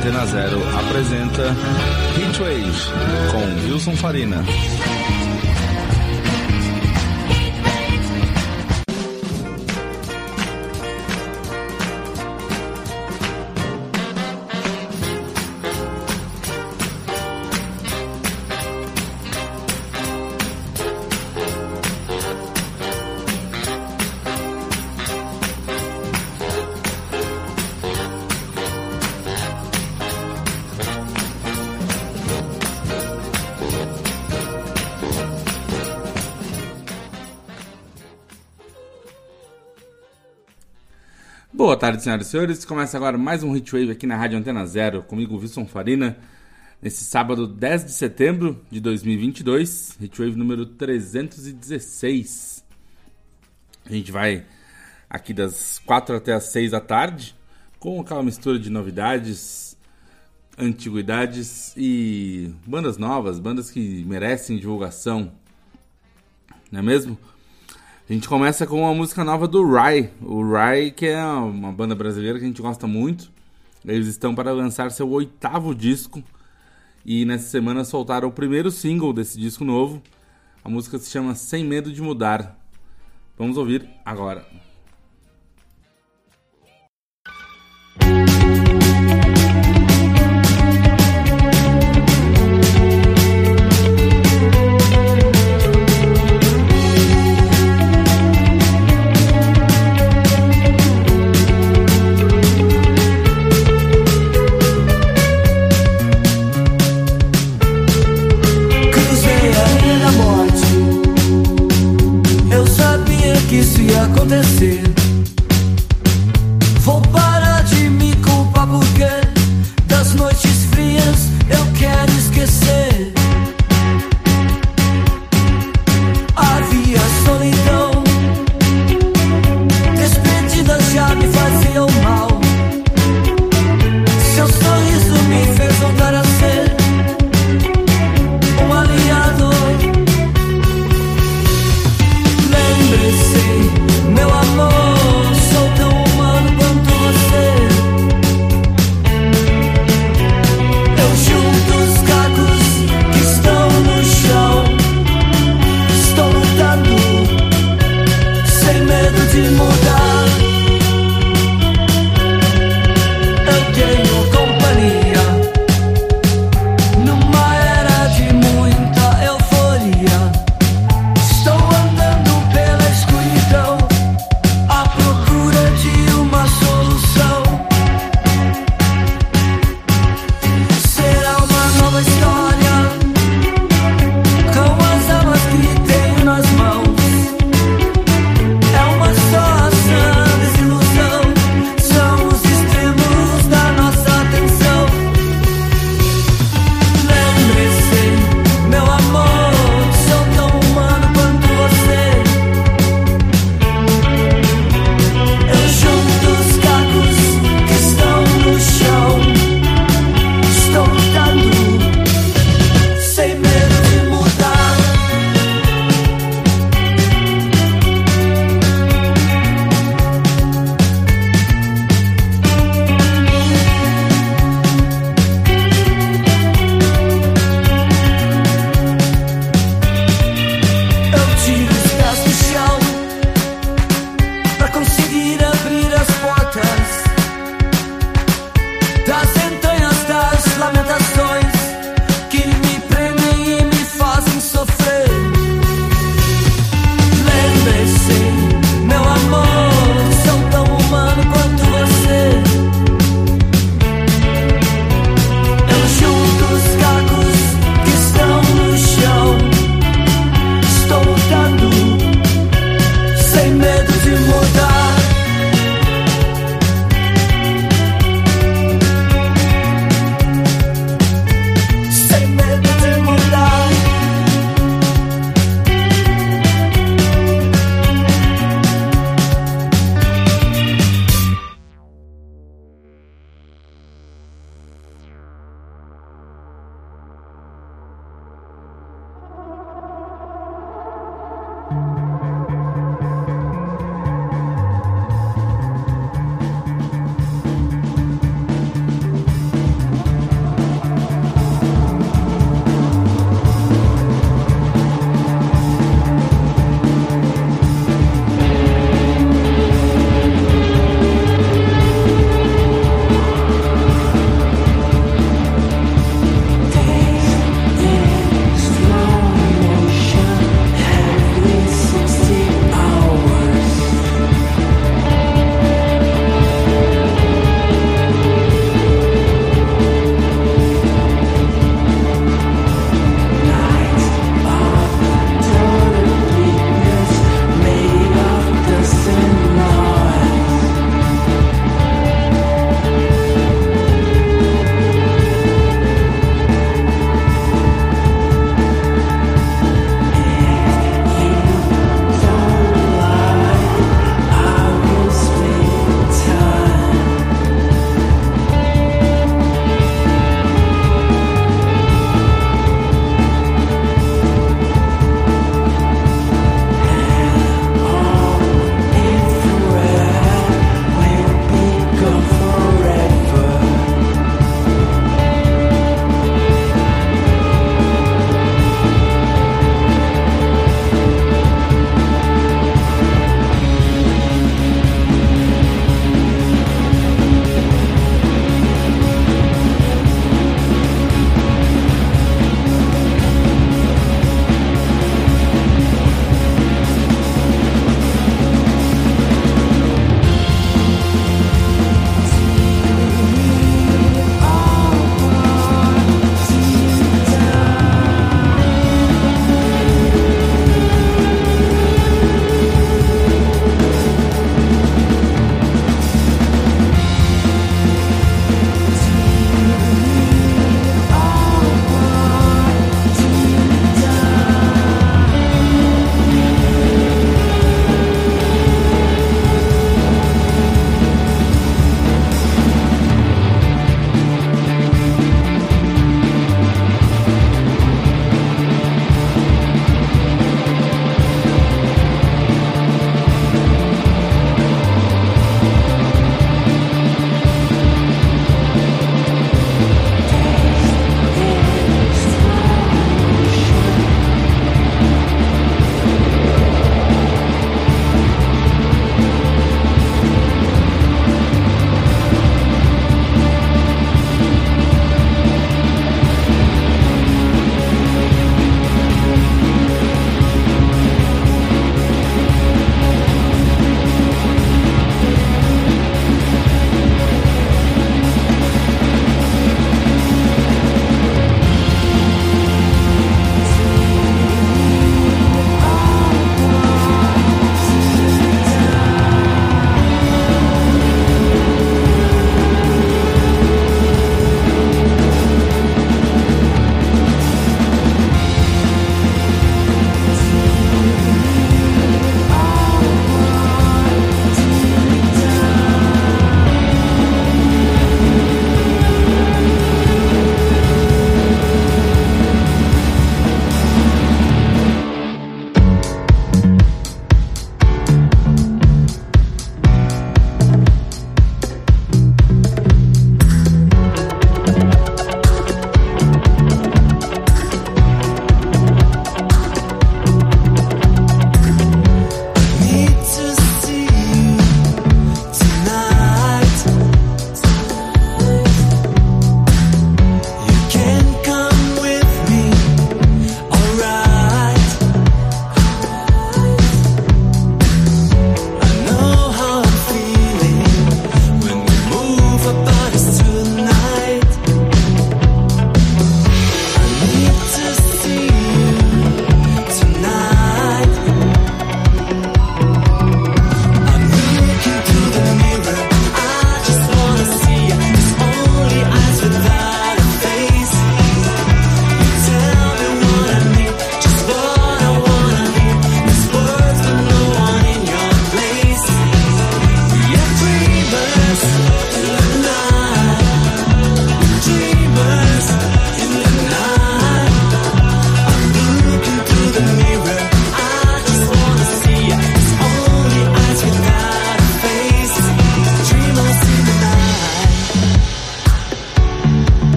Antena Zero apresenta Heatwave com Wilson Farina. Boa tarde, senhoras e senhores. Começa agora mais um Heatwave aqui na Rádio Antena Zero, comigo, Wilson Farina, nesse sábado 10 de setembro de 2022, Heatwave número 316. A gente vai aqui das 4 até as 6 da tarde, com aquela mistura de novidades, antiguidades e bandas novas, bandas que merecem divulgação, não é mesmo? A gente começa com uma música nova do Rai. O Rai, que é uma banda brasileira que a gente gosta muito. Eles estão para lançar seu 8º disco. E nessa semana soltaram o primeiro single desse disco novo. A música se chama Sem Medo de Mudar. Vamos ouvir agora. Que isso ia acontecer. Vou parar de me culpar porque das noites frias eu quero esquecer. Havia solidão, despedidas já me faziam mal. Seu sorriso me fez voltar a ser um aliado. Lembre-se, meu amor, sou tão humano quanto você.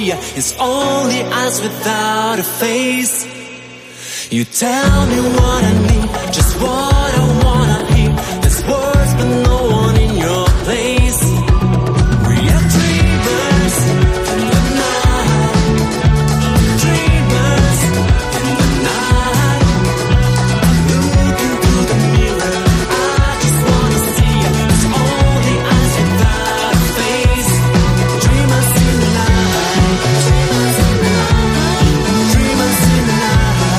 see ya. It's only eyes without a face. You tell me what I need, just what I wanna hear. There's words but no one in your place. We are dreamers in the night, dreamers in the night. I'm looking through the mirror, I just wanna see ya. It's only eyes without a face. Dreamers in the night, dreamers in the night, dreamers in the night.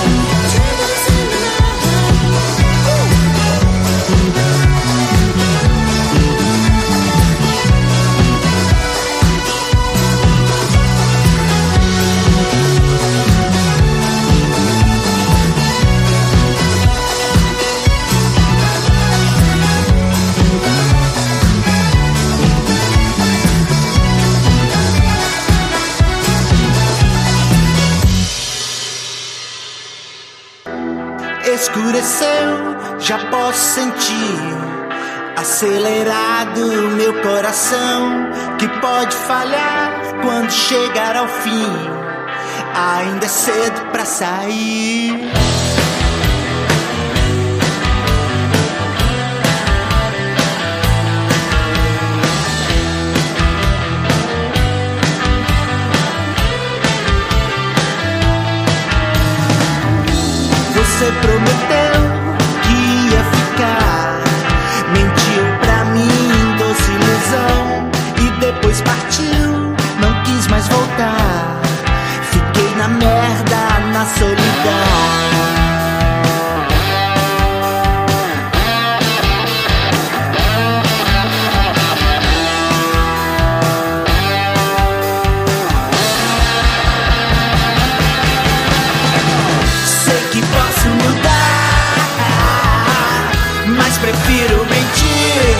Escureceu, já posso sentir acelerado meu coração, que pode falhar quando chegar ao fim. Ainda é cedo pra sair. Você prometeu que ia ficar, mentiu pra mim, doce ilusão, e depois partiu, não quis mais voltar. Fiquei na merda, na solidão. Prefiro mentir.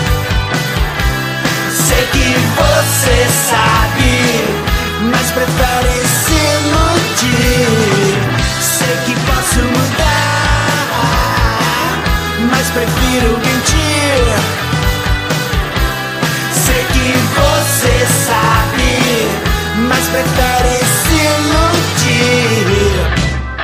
Sei que você sabe, mas prefere se iludir. Sei que posso mudar, mas prefiro mentir. Sei que você sabe, mas prefere se iludir.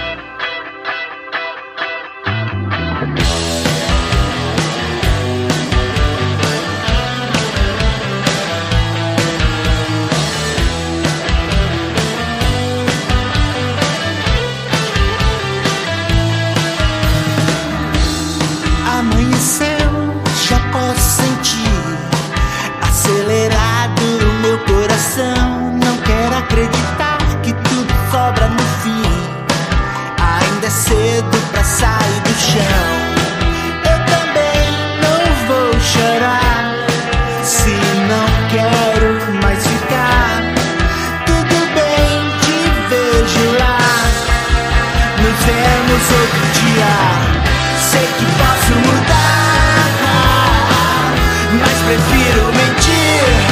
Não quero acreditar que tudo sobra no fim. Ainda é cedo pra sair do chão. Eu também não vou chorar se não quero mais ficar. Tudo bem, te vejo lá. Nos vemos outro dia. Sei que posso mudar, mas prefiro mentir.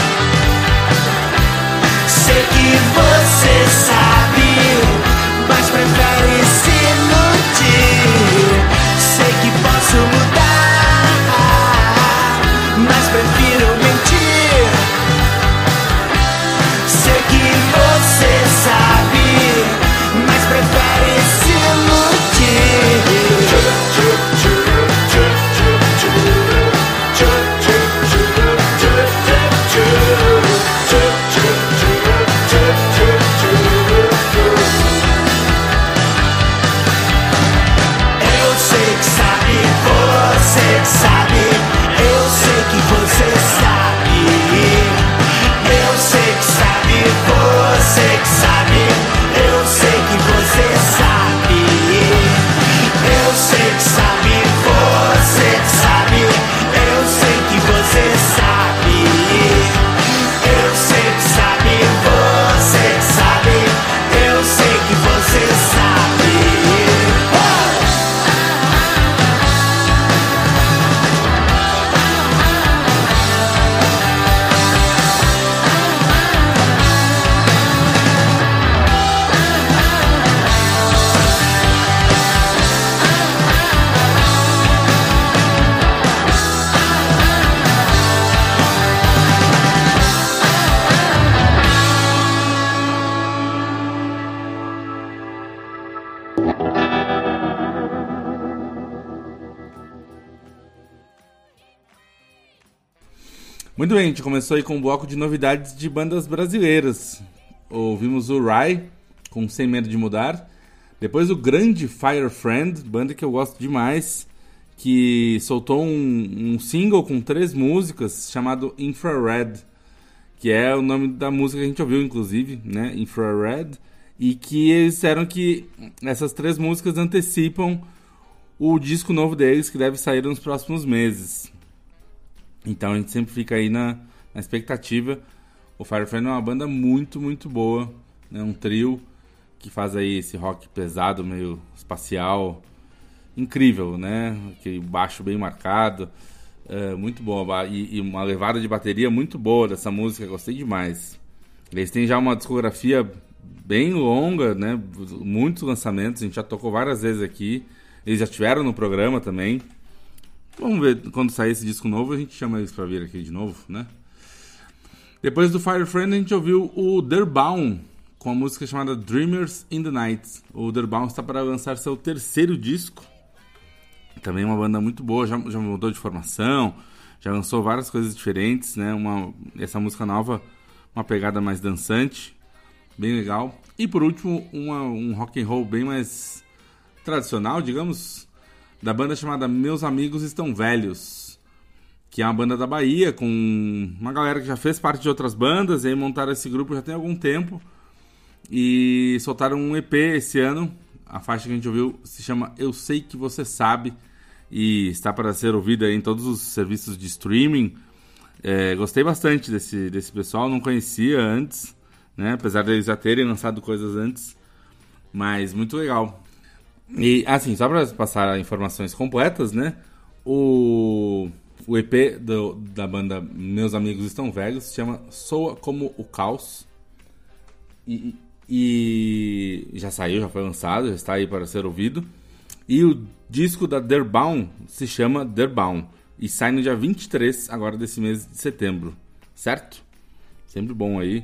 Sei que você sabe, mas prefere se iludir. Sei que posso mudar, mas prefiro mentir. Sei que você sabe, mas prefere se iludir. Muito bem, a gente começou aí com um bloco de novidades de bandas brasileiras. Ouvimos o Rai, com Sem Medo de Mudar. Depois o grande Fire Friend, banda que eu gosto demais, que soltou um single com 3 músicas chamado Infrared, que é o nome da música que a gente ouviu, inclusive, né? Infrared. E que eles disseram que essas 3 músicas antecipam o disco novo deles, que deve sair nos próximos meses. Então a gente sempre fica aí na expectativa. O Firefly é uma banda muito, muito boa, né? Um trio que faz aí esse rock pesado, meio espacial, incrível, né? Aquele baixo bem marcado, muito bom. E uma levada de bateria muito boa dessa música, gostei demais. Eles têm já uma discografia bem longa, né? Muitos lançamentos, a gente já tocou várias vezes aqui. Eles já estiveram no programa também. Vamos ver, quando sair esse disco novo, a gente chama eles pra vir aqui de novo, né? Depois do Fire Friend, a gente ouviu o Der Baum, com a música chamada Dreamers in the Night. O Der Baum está para lançar seu 3º disco. Também uma banda muito boa, já mudou de formação, já lançou várias coisas diferentes, né? Essa música nova, uma pegada mais dançante, bem legal. E por último, um rock and roll bem mais tradicional, digamos, da banda chamada Meus Amigos Estão Velhos, que é uma banda da Bahia, com uma galera que já fez parte de outras bandas, e aí montaram esse grupo já tem algum tempo, e soltaram um EP esse ano. A faixa que a gente ouviu se chama Eu Sei Que Você Sabe, e está para ser ouvida em todos os serviços de streaming. Gostei bastante desse pessoal, não conhecia antes, né? Apesar de eles já terem lançado coisas antes, mas muito legal. E assim, só para passar informações completas, né? O EP da banda Meus Amigos Estão Velhos se chama Soa Como o Caos, e já saiu, já foi lançado, já está aí para ser ouvido. E o disco da Der Baum se chama Der Baum e sai no dia 23 agora desse mês de setembro, certo? Sempre bom aí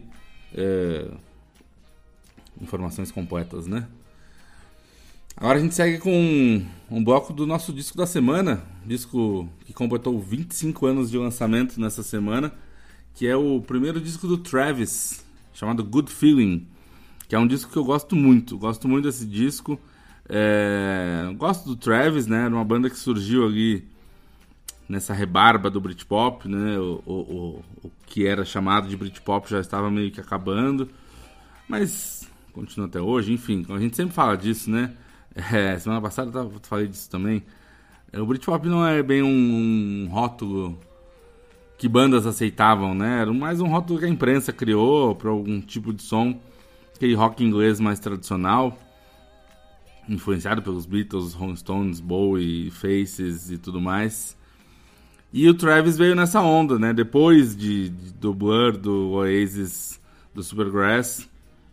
informações completas, né? Agora a gente segue com um bloco do nosso disco da semana, disco que completou 25 anos de lançamento nessa semana, que é o primeiro disco do Travis, chamado Good Feeling, que é um disco que eu gosto muito desse disco. Gosto do Travis, né? Era uma banda que surgiu ali nessa rebarba do Britpop, né? O que era chamado de Britpop já estava meio que acabando, mas continua até hoje, enfim, a gente sempre fala disso, né? Semana passada eu falei disso também. O Britpop não é bem um rótulo que bandas aceitavam, né? Era mais um rótulo que a imprensa criou para algum tipo de som, aquele rock inglês mais tradicional, influenciado pelos Beatles, Rolling Stones, Bowie, Faces e tudo mais. E o Travis veio nessa onda, né? Depois do Blur, do Oasis, do Supergrass.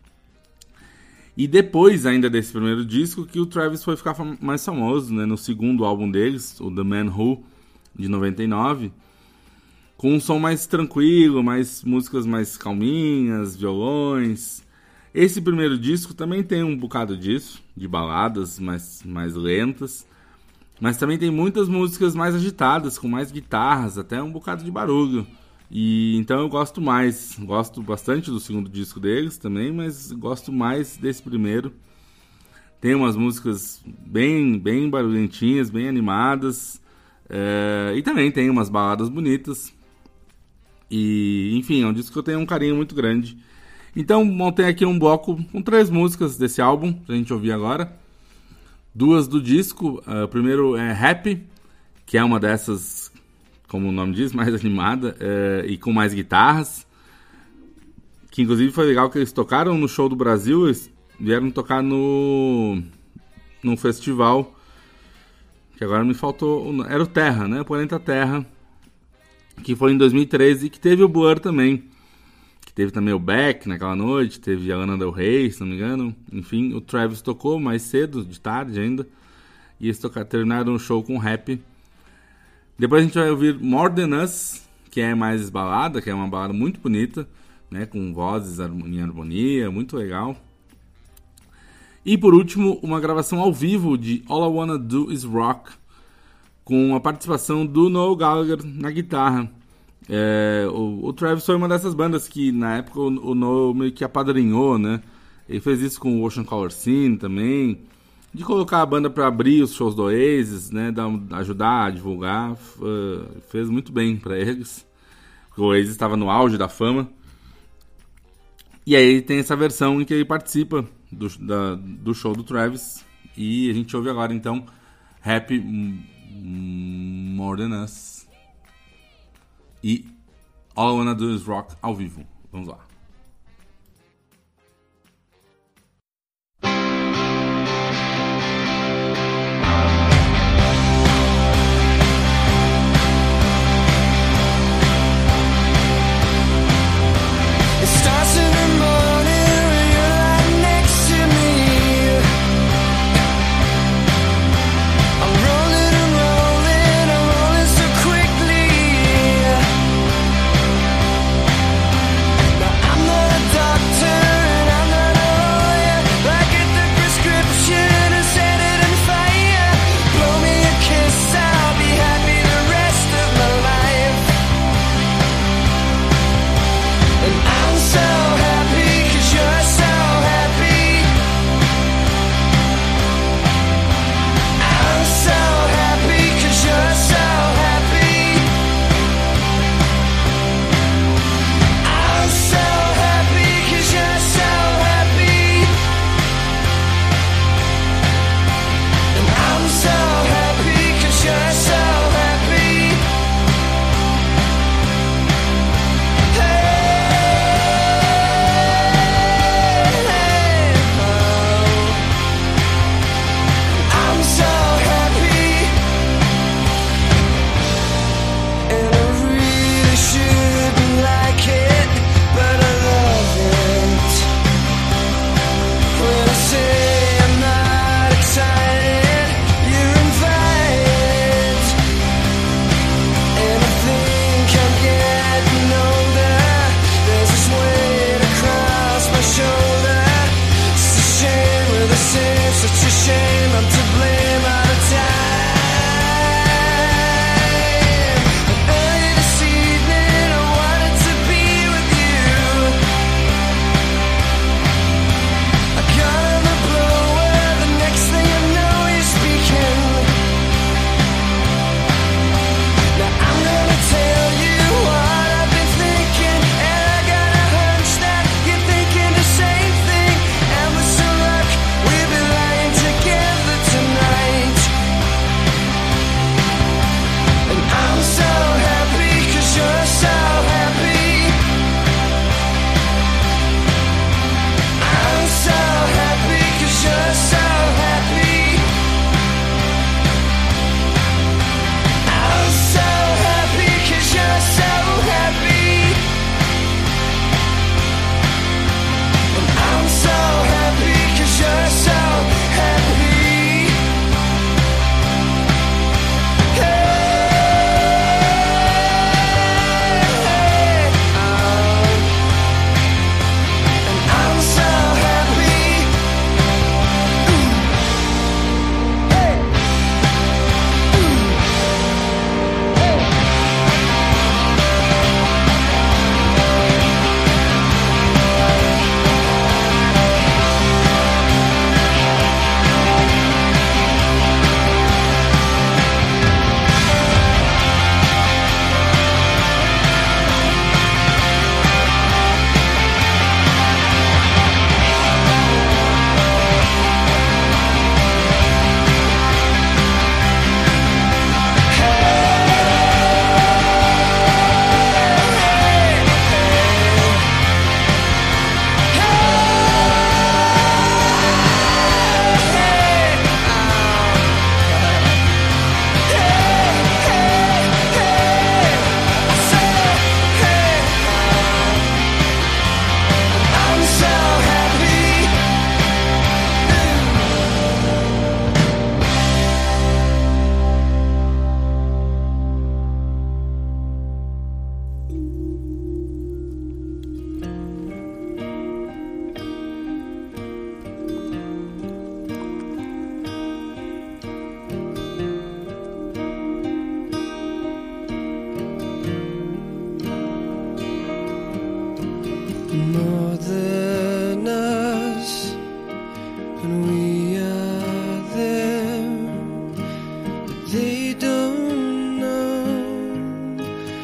E depois ainda desse primeiro disco que o Travis foi ficar mais famoso, né? No segundo álbum deles, o The Man Who, de 99, com um som mais tranquilo, mais músicas mais calminhas, violões. Esse primeiro disco também tem um bocado disso, de baladas mais lentas, mas também tem muitas músicas mais agitadas, com mais guitarras, até um bocado de barulho. E então eu gosto bastante do segundo disco deles também, mas gosto mais desse primeiro. Tem umas músicas bem barulhentinhas, bem animadas, e também tem umas baladas bonitas. E enfim, é um disco que eu tenho um carinho muito grande. Então montei aqui um bloco com 3 músicas desse álbum pra gente ouvir agora. 2 do disco. O primeiro é Happy, que é uma dessas, como o nome diz, mais animada, e com mais guitarras, que inclusive foi legal que eles tocaram no show do Brasil. Eles vieram tocar num festival, que agora me faltou, era o Terra, né? O Planeta Terra, que foi em 2013, e que teve o Blur também, que teve também o Beck naquela noite, teve a Lana Del Rey, se não me engano. Enfim, o Travis tocou mais cedo, de tarde ainda, e eles terminaram o show com Happy. Depois a gente vai ouvir More Than Us, que é mais balada, que é uma balada muito bonita, né, com vozes em harmonia, muito legal. E por último, uma gravação ao vivo de All I Wanna Do Is Rock, com a participação do Noel Gallagher na guitarra. O Travis foi uma dessas bandas que na época o Noel meio que apadrinhou, né? Ele fez isso com o Ocean Color Scene também, de colocar a banda para abrir os shows do Oasis, né? Ajudar a divulgar, fez muito bem para eles. O Oasis estava no auge da fama. E aí tem essa versão em que ele participa do show do Travis. E a gente ouve agora então Happy More Than Us e All I Wanna Do Is Rock ao vivo. Vamos lá. Now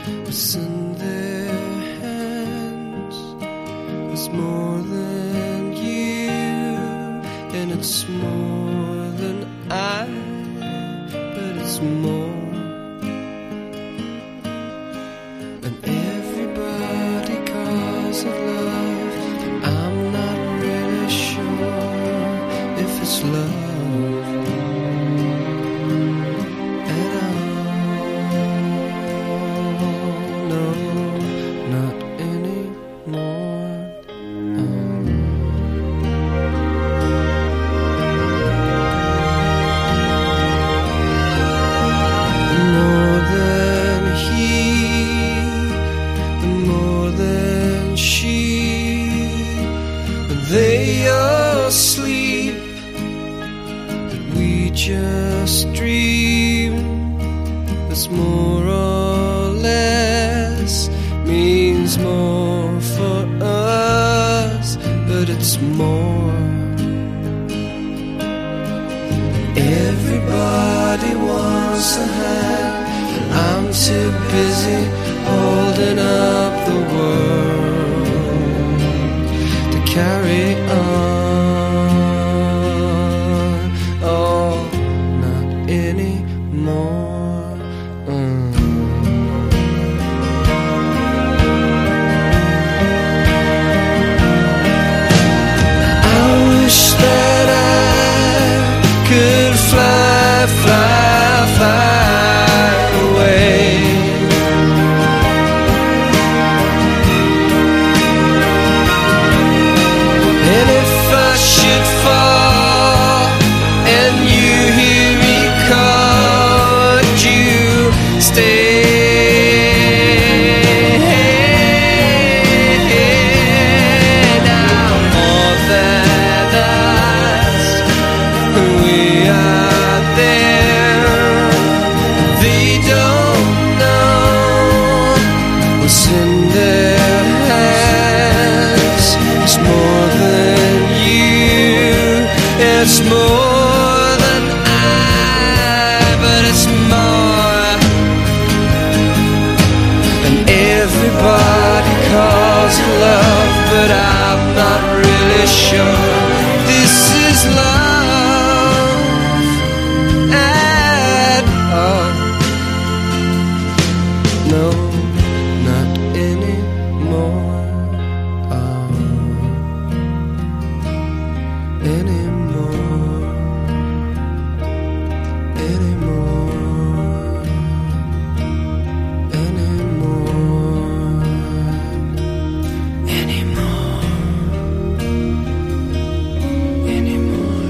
what's in their hands is more than you, and it's more than I, but it's more. And everybody calls it love, but I'm not really sure if it's love. Just dream. That's more or less means more for us, but it's more. Everybody wants a hand, and I'm too busy holding up the world to carry on. Fly away. And if I should fall and you hear me call, would you stay? Now more than us, we are there. They don't know what's in their hands. It's more than you, it's more than I, but it's more. And everybody calls it love, but I'm not really sure this is love at all. No, not anymore. Anymore. Anymore. Anymore. Anymore. Anymore.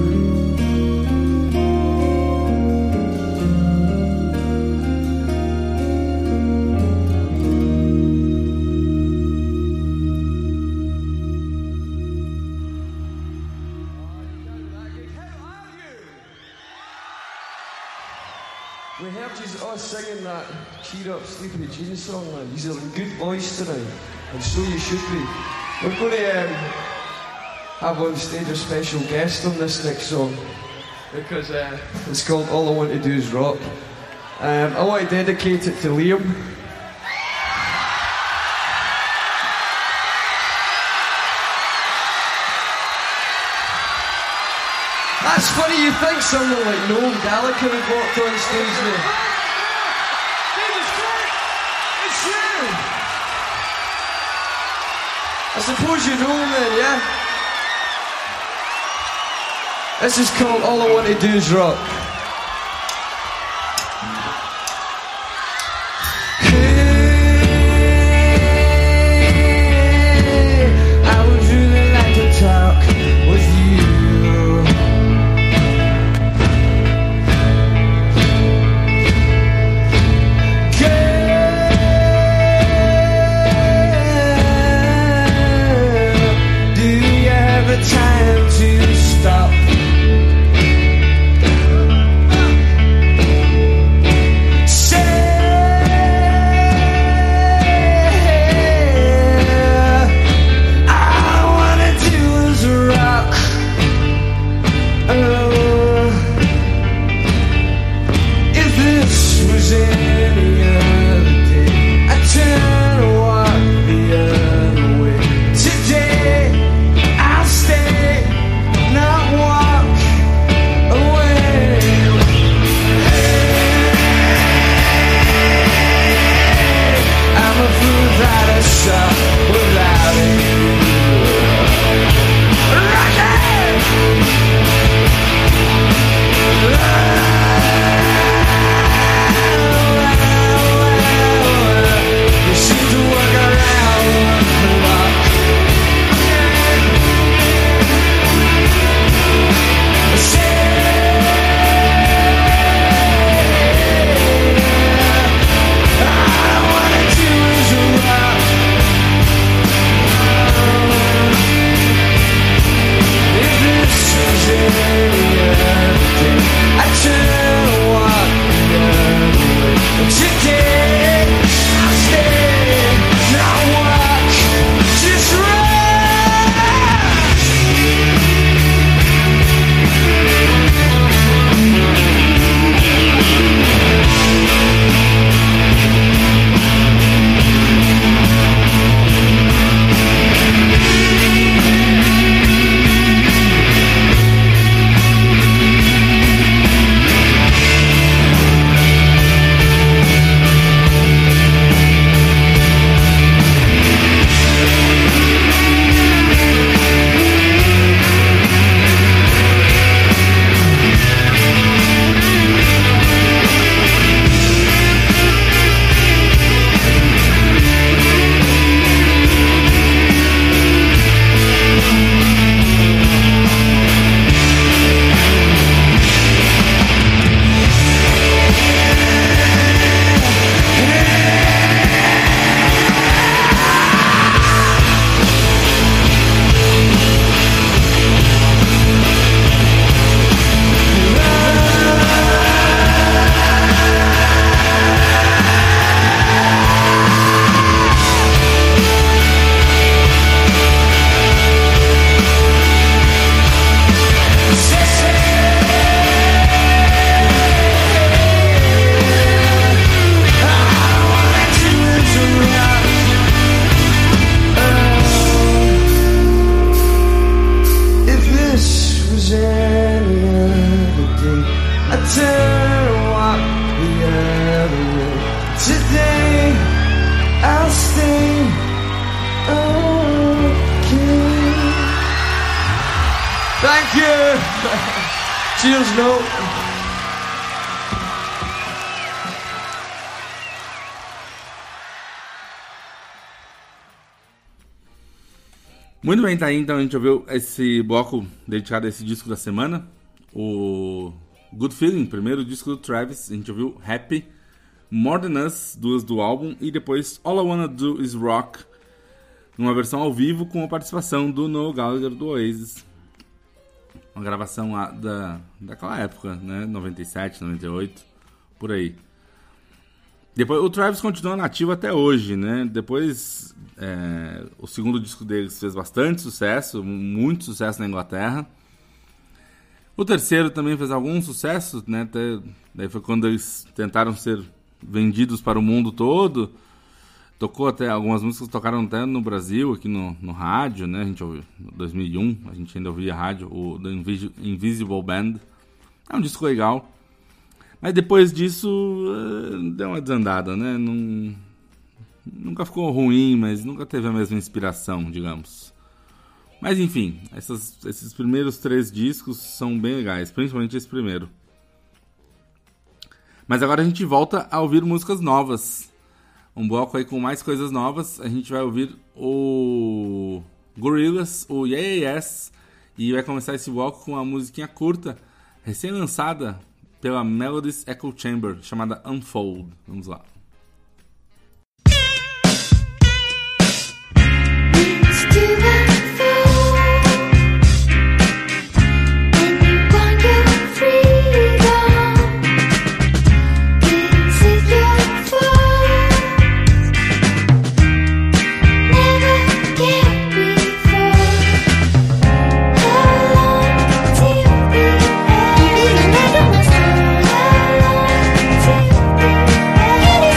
We heard you all singing that Cheer Up Sleepy Jesus song, man. You're in good voice tonight, and so you should be. We're going to have on stage a special guest on this next song, because it's called All I Want to Do Is Rock. I want to dedicate it to Liam. That's funny, you think someone like Noel Gallagher had walked on stage there. It's you! I suppose you know him then, yeah? This is called All I Want to Do Is Rock. Hey, I would really like to talk with you. Time to stop. you. Cheers, no. Muito bem, tá aí, então a gente ouviu esse bloco dedicado a esse disco da semana, o Good Feeling, primeiro disco do Travis. A gente ouviu Happy, More Than Us, duas do álbum, e depois All I Wanna Do Is Rock, numa versão ao vivo com a participação do Noel Gallagher do Oasis. Uma gravação lá daquela época, né, 97, 98, por aí. Depois, o Travis continua nativo até hoje, né? Depois, o segundo disco deles fez bastante sucesso, muito sucesso na Inglaterra. O terceiro também fez algum sucesso, né? Daí foi quando eles tentaram ser vendidos para o mundo todo. Tocou até, algumas músicas tocaram até no Brasil, aqui no rádio, né? A gente ouviu, em 2001, a gente ainda ouvia rádio, o The Invisible Band. É um disco legal. Mas depois disso, deu uma desandada, né? Nunca ficou ruim, mas nunca teve a mesma inspiração, digamos. Mas enfim, esses primeiros 3 discos são bem legais, principalmente esse primeiro. Mas agora a gente volta a ouvir músicas novas. Um bloco aí com mais coisas novas. A gente vai ouvir o Gorillaz, o Yeah Yes, e vai começar esse bloco com uma musiquinha curta, recém-lançada pela Melody's Echo Chamber, chamada Unfold. Vamos lá. Hey!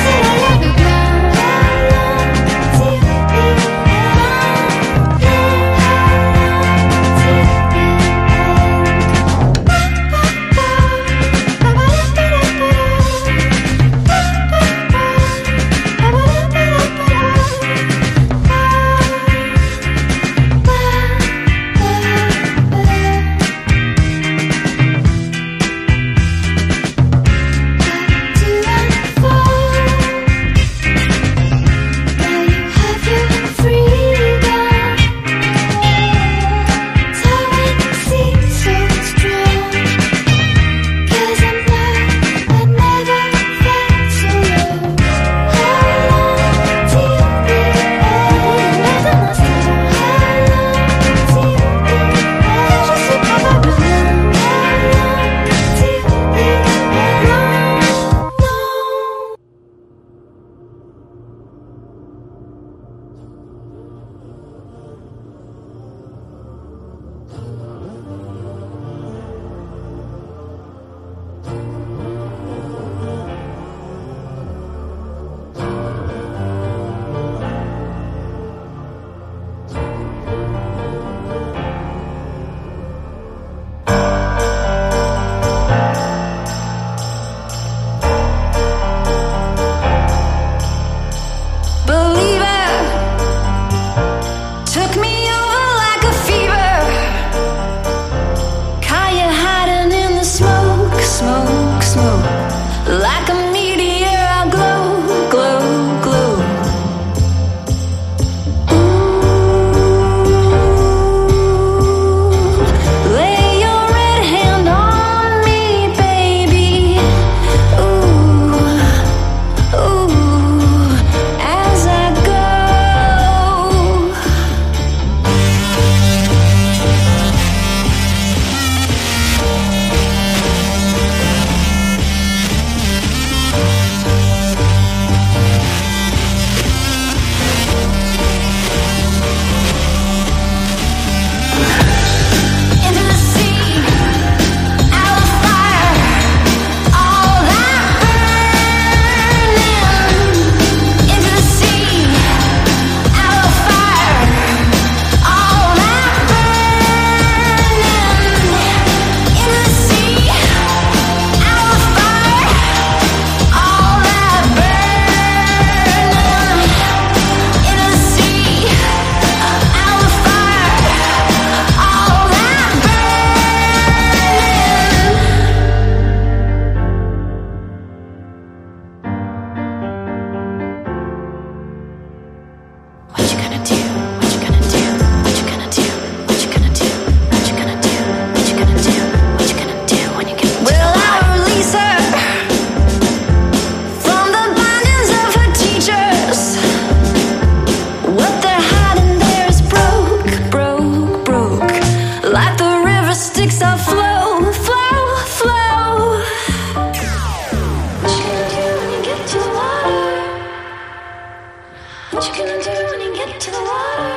What you gonna do when you get to the water?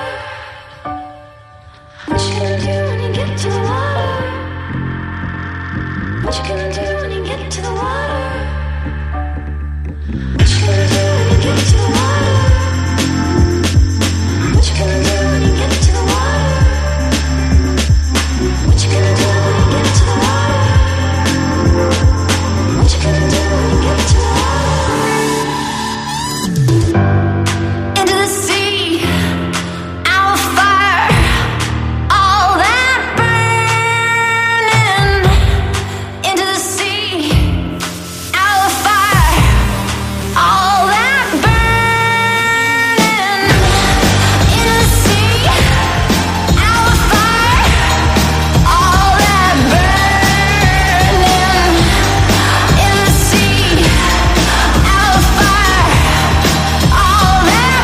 What you gonna do when you get to the water? What you gonna do when you get to the water? What you gonna do when you get to the water? What you gonna do when you get to the water? What you gonna do when you get to the water? What you gonna do when you get to the water? Into the sea, our fire, all that burning. Into the sea, our fire, all that burning. Into the sea, our fire, all that burning. Into the sea, our fire, all that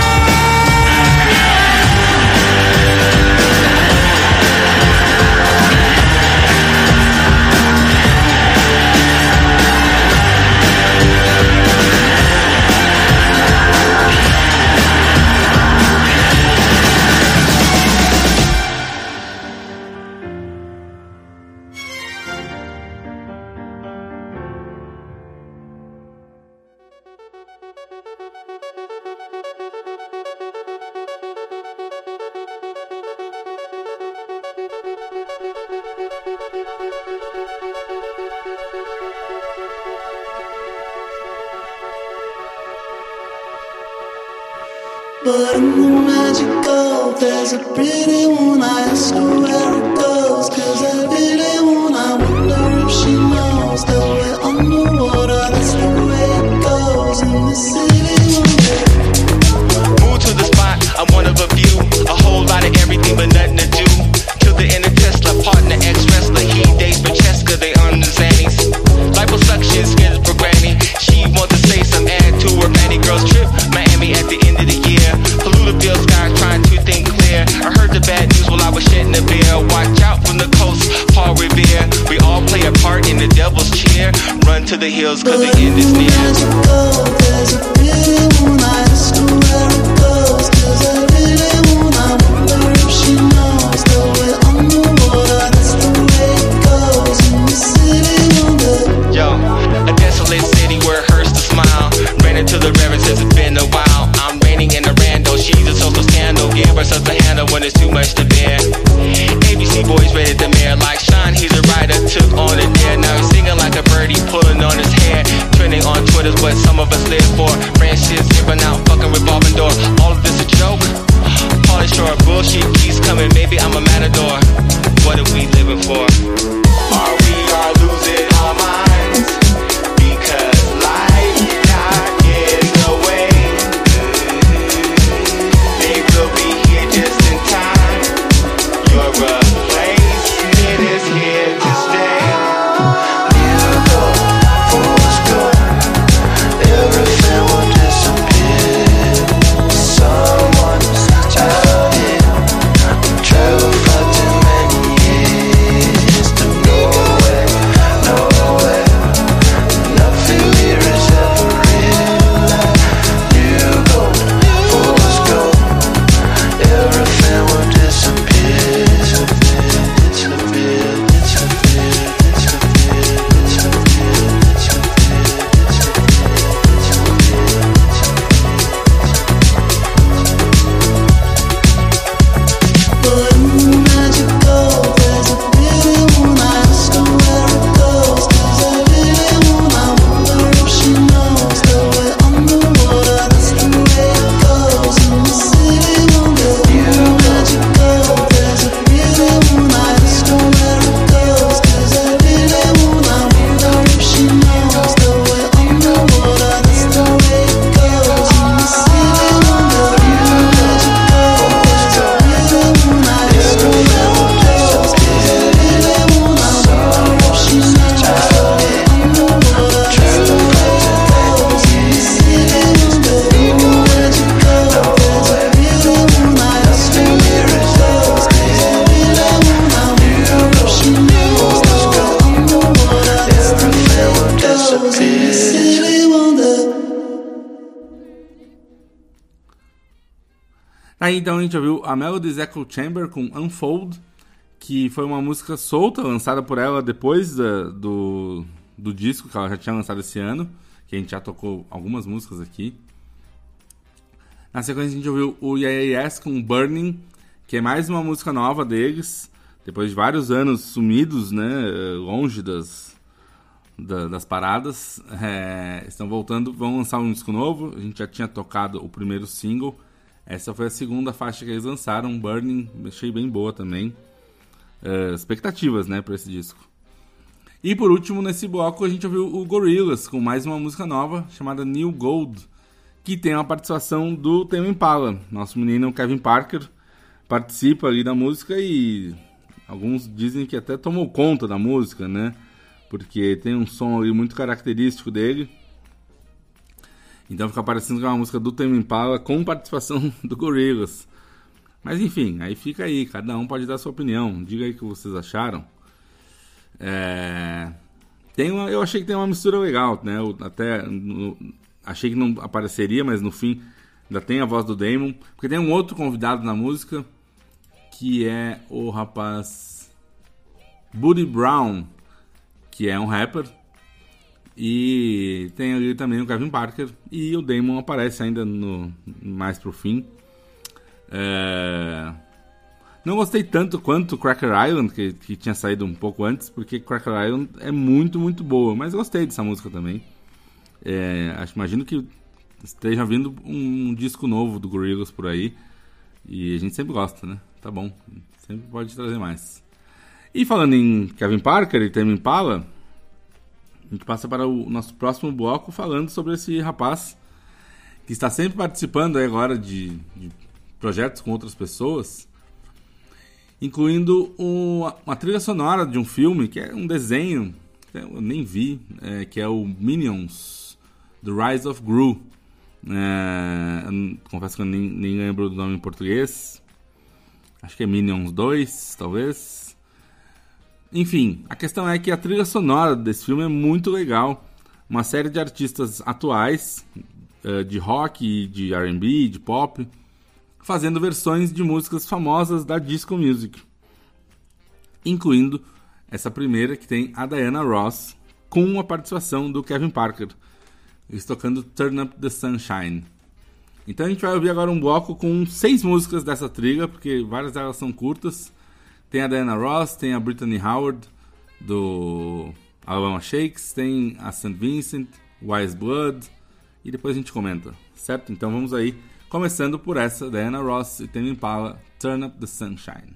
But in the magical, there's a pretty one. I ask her where it goes, 'cause I really want. I wonder if she knows that we're underwater. That's the way it goes in the city. Move to the spot, I'm one of a few. A whole lot of everything but nothing to do. Till the end of Tesla, partner, ex-wrestler. He dates Francesca, they on the Xannies. Liposuction, skills for granny. She wants to say some add to her Manny girls trip. Miami at the end of the year. Polluted sky trying to think clear. I heard the bad news while I was shedding a beer. Watch out from the coast, Paul Revere. We all play a part in the devil's cheer. Run to the hills 'cause the end is near. There's a pretty one. I ask her where it goes, 'cause I really want. I wonder if she knows that we're underwater. That's the way it goes in the city wonder. Yo, a desolate city where it hurts to smile. Ran into the reverend since it's been a while. I'm reigning in a rando, she's a social scandal. Give herself a handle when it's too much to bear. ABC boys rated the mayor like Sean, he's a writer, took on a dare. Now he's singing like a birdie, pulling on his hair. Trending on Twitter's what some of us live for. Brand shit zipping out, fucking revolving door. All of this a joke? Polish short bullshit keeps coming, maybe I'm a matador. What are we living for? Are we all losing our minds? Because life got in the way. They will be here just in time. Your replacement is here to stay. Neither go, force go. Everything will disappear. Someone's out here. Traveled far too many years to Aí então a gente ouviu a Melody's Echo Chamber com Unfold, que foi uma música solta, lançada por ela depois do disco que ela já tinha lançado esse ano, que a gente já tocou algumas músicas aqui. Na sequência a gente ouviu o Yeah Yes com Burning, que é mais uma música nova deles, depois de vários anos sumidos, né, longe das paradas. Estão voltando, vão lançar um disco novo. A gente já tinha tocado o primeiro single, essa foi a segunda faixa que eles lançaram, Burning, achei bem boa também. Expectativas, né, para esse disco. E por último, nesse bloco, a gente ouviu o Gorillaz com mais uma música nova chamada New Gold, que tem uma participação do Tame Impala. Nosso menino Kevin Parker participa ali da música e alguns dizem que até tomou conta da música, né, porque tem um som ali muito característico dele. Então fica parecendo que é uma música do Tame Impala com participação do Gorillaz. Mas enfim, aí fica aí, cada um pode dar a sua opinião. Diga aí o que vocês acharam. Eu achei que tem uma mistura legal, né? Achei que não apareceria, mas no fim ainda tem a voz do Damon. Porque tem um outro convidado na música, que é o rapaz Buddy Brown, que é um rapper. E tem ali também o Kevin Parker. E o Damon aparece ainda mais pro fim. Não gostei tanto quanto Cracker Island, que tinha saído um pouco antes, porque Cracker Island é muito, muito boa, mas gostei dessa música também. Imagino que esteja vindo um disco novo do Gorillaz por aí, e a gente sempre gosta, né? Tá bom, sempre pode trazer mais. E falando em Kevin Parker e Tame Impala, a gente passa para o nosso próximo bloco falando sobre esse rapaz que está sempre participando aí agora de projetos com outras pessoas, incluindo uma trilha sonora de um filme que é um desenho que eu nem vi, que é o Minions, The Rise of Gru. Confesso que eu nem lembro do nome em português. Acho que é Minions 2, talvez. Enfim, a questão é que a trilha sonora desse filme é muito legal. Uma série de artistas atuais, de rock, de R&B, de pop, fazendo versões de músicas famosas da disco music, incluindo essa primeira que tem a Diana Ross com a participação do Kevin Parker, eles tocando Turn Up the Sunshine. Então a gente vai ouvir agora um bloco com 6 músicas dessa trilha, porque várias delas são curtas. Tem a Diana Ross, tem a Brittany Howard do Alabama Shakes, tem a St. Vincent, Wise Blood, e depois a gente comenta, certo? Então vamos aí, começando por essa, Diana Ross e Tame Impala, Turn Up the Sunshine.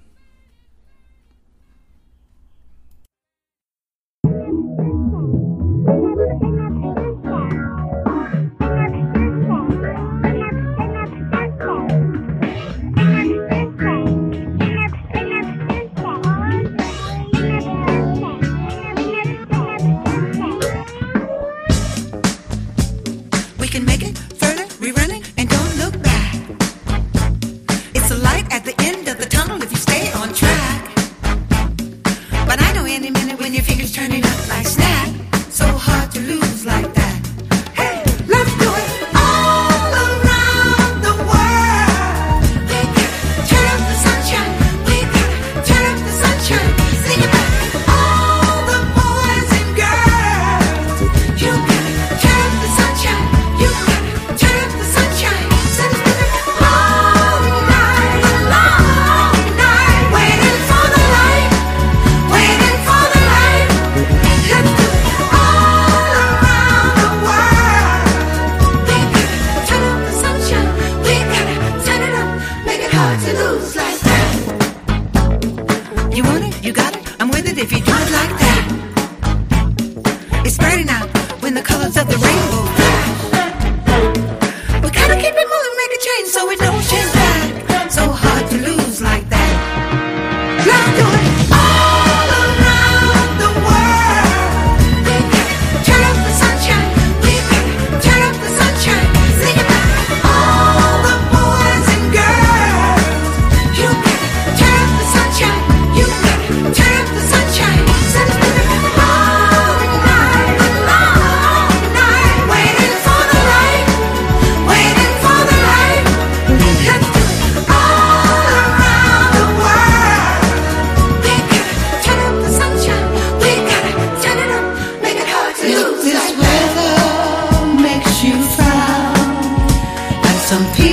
We can make it further, we run it and don't look back. It's a light at the end of the tunnel if you stay on track. But I know any minute when your fingers turning up like snap, so hard to lose like that. Hey, let's do it all around the world. We gotta turn up the sunshine. We gotta turn up the sunshine. Sing it back, all the boys and girls. You gotta turn up the sunshine. You gotta turn up the sunshine. Send it all night long, night, waiting for the light, waiting for the light. Let's do it all around the world. We gotta turn up the sunshine. We gotta turn it up, make it hard to lose like that. You want it, you got it, I'm with it if you do it like that. It's brighter now when the colors of the rainbow flash. We gotta keep it moving, make a change so it don't change back. So hard to lose like that. Let's do it all around the world. We gotta turn up the sunshine. We gotta turn up the sunshine. Sing it back, all the boys and girls. You gotta turn up the sunshine. You gotta turn up the sunshine. Send it all night long, night, waiting for the light, waiting for the light. Let's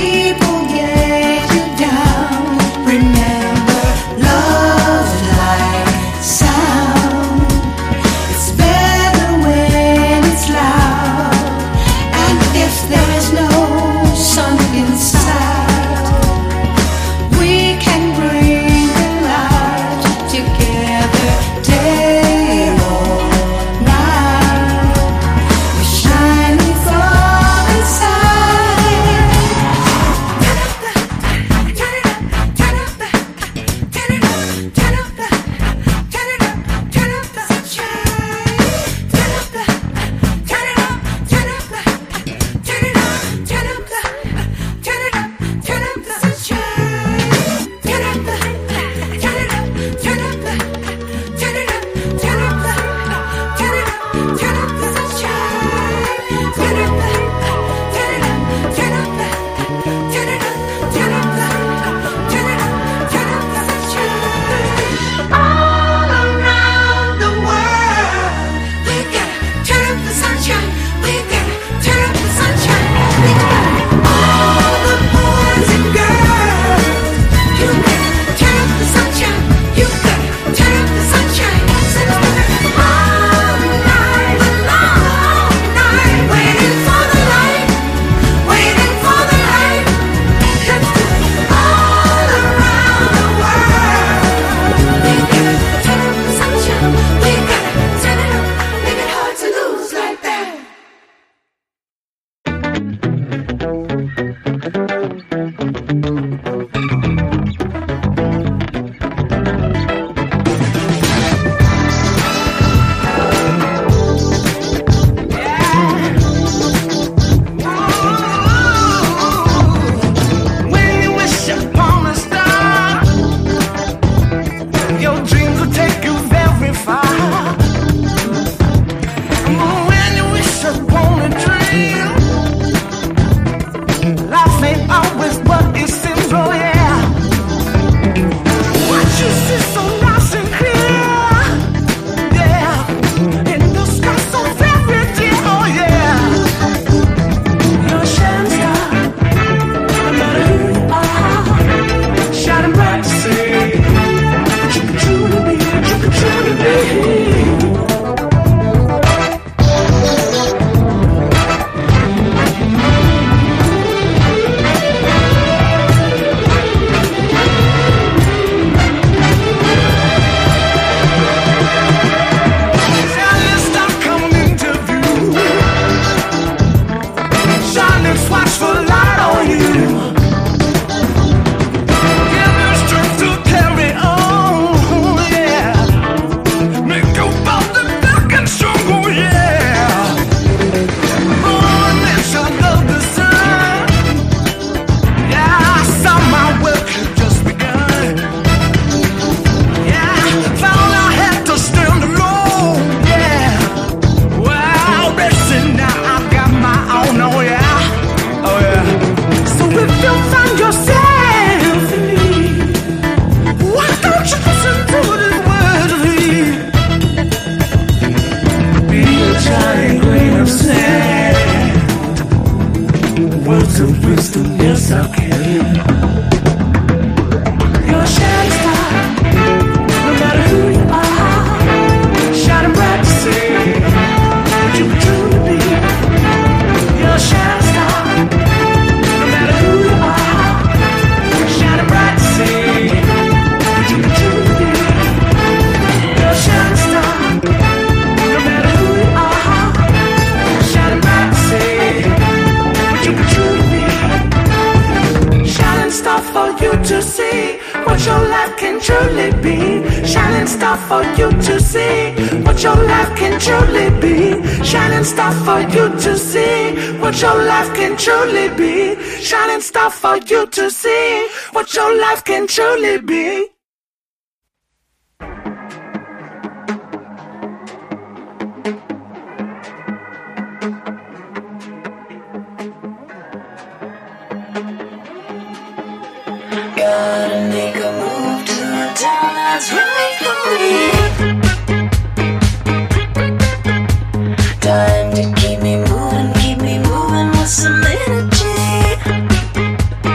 people get you down, remember love's like sound. It's better when it's loud, and if there's no sun inside, we can bring the light together day or night. We're shining from inside. Turn it up, turn it up, turn it up, turn it up, turn it up, turn up the sunshine. Turn up the, turn it up, turn up the, turn it up, turn up the, turn it up, turn up the sunshine. Turn up the, turn it up, turn up the, turn it up, turn up the, turn it up, turn up the sunshine. Turn up the, turn it up, turn up the, turn it up, turn up the, turn it up, turn up the sunshine. All around the world, we gotta turn up the sunshine. We gotta turn up the sunshine. We gotta all the boys and girls. You gotta turn up the sunshine. You gotta turn up the sunshine. All night long night, waiting for the light, waiting for the light. All around the world, we gotta turn up the sunshine. We gotta turn it up, make it hard to lose like that. When you wish upon a star, your dreams will take you very far. When you wish upon a dream, life ain't always what it seems, oh yeah. What you see so nice and clear, yeah, in the sky so very dear, oh yeah. You're a shining star, no matter who you are, shining bright to see what you can truly be, what you can truly be. Shining star coming into view, shining watchful light on you. Give you strength to carry on, yeah. Make you bold and back and strong, oh yeah. Born nation of the sun, yeah. I saw my work had just begun, yeah. Found I had to stand alone, yeah. Well, listen now, I've got my own, oh yeah, oh yeah. So if you find yourself in need, why don't you listen to these words of me? Be a giant grain of sand, words of wisdom, yes I can. You're a shining star, no matter who you are, shining bright to see what you can truly be. You're a shining star, no matter who you are, shining bright to see what you can truly be. You're a shining star, no matter who you are, shining bright to see what you can truly be. Shining star for you to see what your life can truly be. Shining star for you to see what your life can truly be. Shining star for you to see what your life can truly be. Shining star for you to see what your life can truly be. Gotta make a move to the town that's right for me. Time to keep me moving with some energy.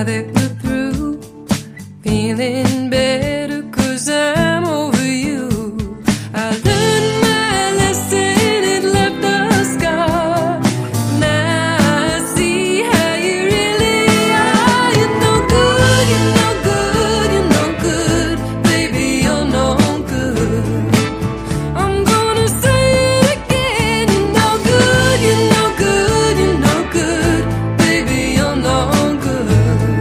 that we're through, feeling better 'cause I'm over you. I learned my lesson, it left a scar. Now I see how you really are. You're no good, you're no good, you're no good, baby, you're no good. I'm gonna say it again, you're no good, you're no good, you're no good, baby, you're no good.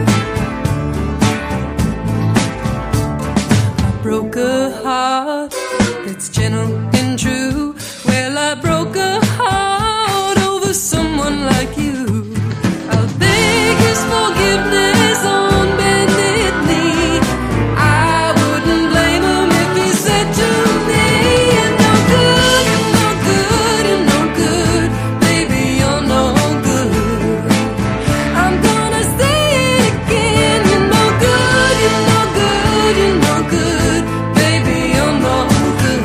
I broke a heart that's gentle and true. Well, I broke a heart over someone like you. I'll beg his forgiveness on bended knee. I wouldn't blame him if he said to me, you're no good, you're no good, you're no good, baby, you're no good. I'm gonna say it again, you're no good, you're no good, you're no good, baby, you're no good.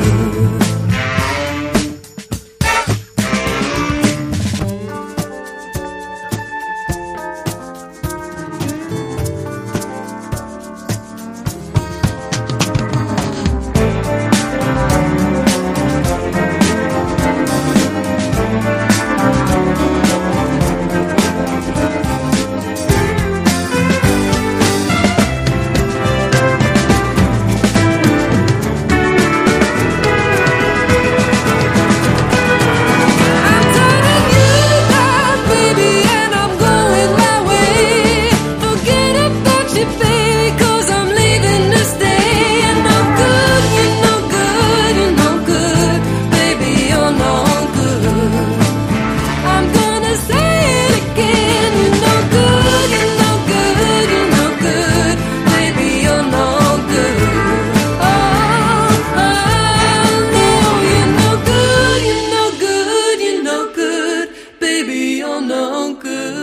I'm turning you out, baby, and I'm going my way. Forget about you, baby, 'cause I'm leaving to stay. You're no good, you're no good, you're no good, baby, you're no good. I'm gonna say it again, you're no good, you're no good, you're no good, baby, you're no good. Oh, no, you're no good, you're no good, you're no good, baby, you're no good.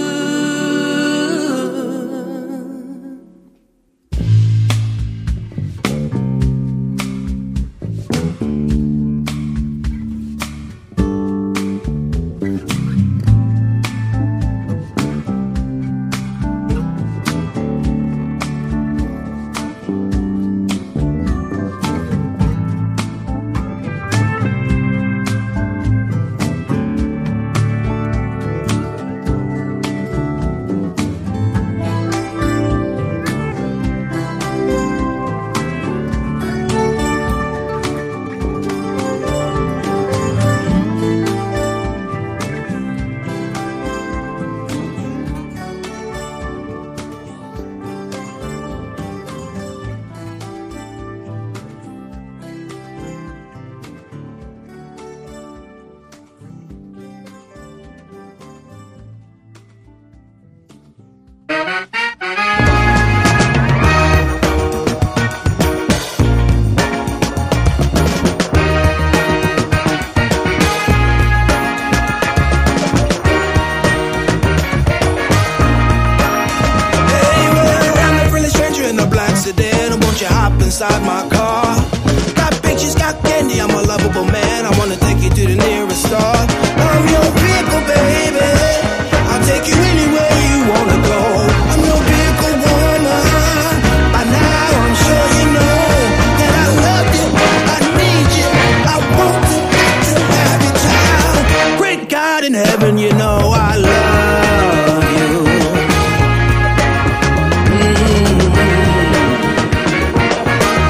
Hey, well, I'm a friendly stranger in a black sedan. Won't you hop inside my car? Got pictures, got candy, I'm a lovable man. I wanna take you to the nearest star. I'm your vehicle, baby. I'll take you anywhere you wanna go. I'm your vehicle woman. By now I'm sure you know that I love you, I need you, I want to have your child. Great God in heaven, you know I love you.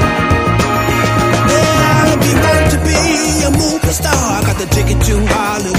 Yeah, I'll be born to be a movie star. I got the ticket to Hollywood.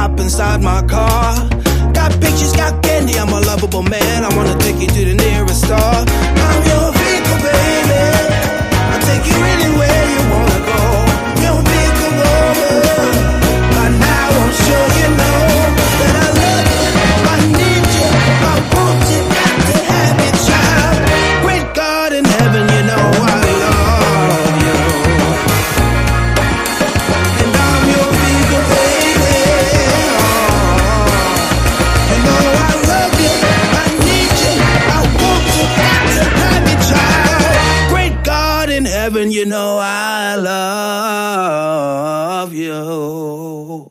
hop inside my car. Got pictures, got candy, I'm a lovable man. I wanna take you to the nearest star. I'm your vehicle, baby. I'll take you anywhere you wanna go. Your vehicle, woman. By now I'm sure you know that I love you, I need you, I want you, got to have you, child. Great God in heaven, you know I love you. And I'm your vehicle, baby. You know I love you, I need you, I want you, got to have you, child. Great God in heaven, you know I love you.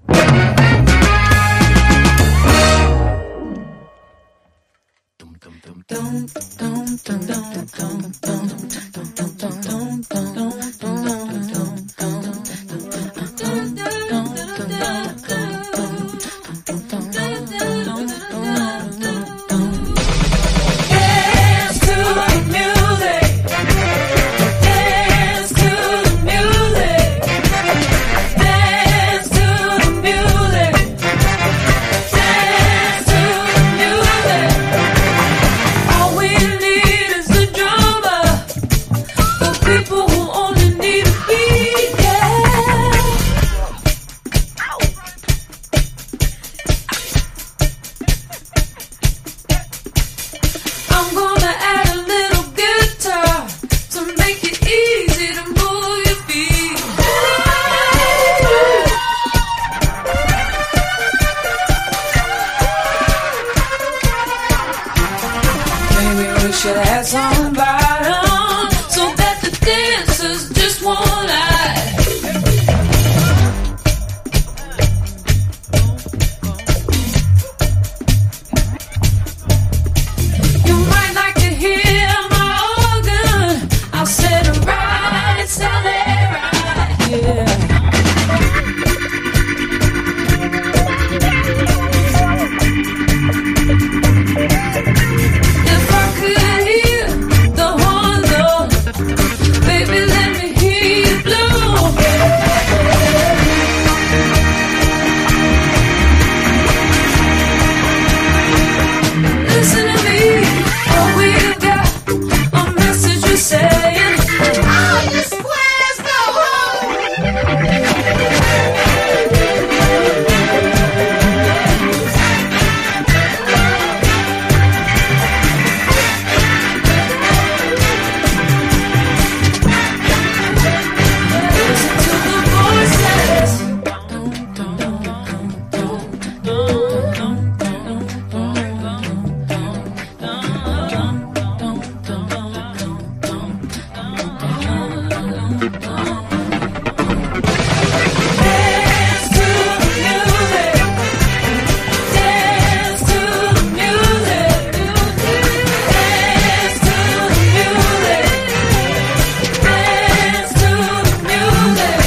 Dance to the music. Dance to the music. Dance to the music. Dance to the music. All we need is the drummer. For people who only need a beat, yeah. I'm gonna add a little guitar to make it easy to move your feet. Maybe we should add some bottom so that the dancers just won't lie. You might like to hear my organ. I'll set it right, set it right, yeah. If I could hear the horn blow, baby, let me hear you blow. Listen to me, all we've got a message we're saying. All the squares go home. Listen to the voices. Dance to the music. Dance to the music. Dance to the music. Dance to the music.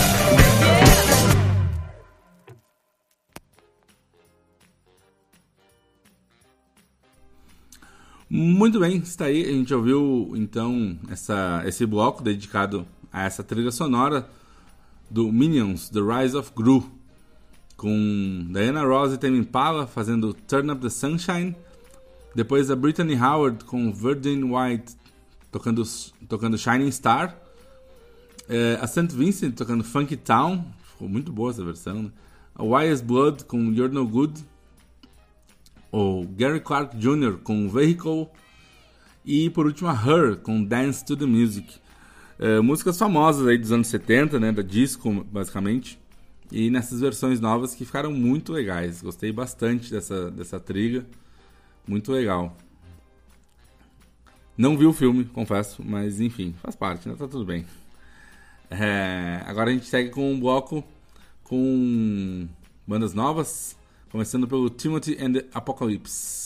Muito bem, está aí. A gente ouviu então esse bloco dedicado a essa trilha sonora do Minions, The Rise of Gru, com Diana Ross e Tame Impala fazendo Turn Up the Sunshine. Depois a Brittany Howard com Virgin White tocando Shining Star. A St. Vincent tocando Funky Town, ficou muito boa essa versão, né? A Wise Blood com You're No Good. O Gary Clark Jr. com Vehicle. E por último a Her com Dance to the Music. Músicas famosas aí dos anos 70, né, da disco basicamente. E nessas versões novas que ficaram muito legais. Gostei bastante dessa trilha. Muito legal. Não vi o filme, confesso, mas enfim, faz parte, né? Tá tudo bem. Agora a gente segue com um bloco com bandas novas, começando pelo Timothy and the Apocalypse.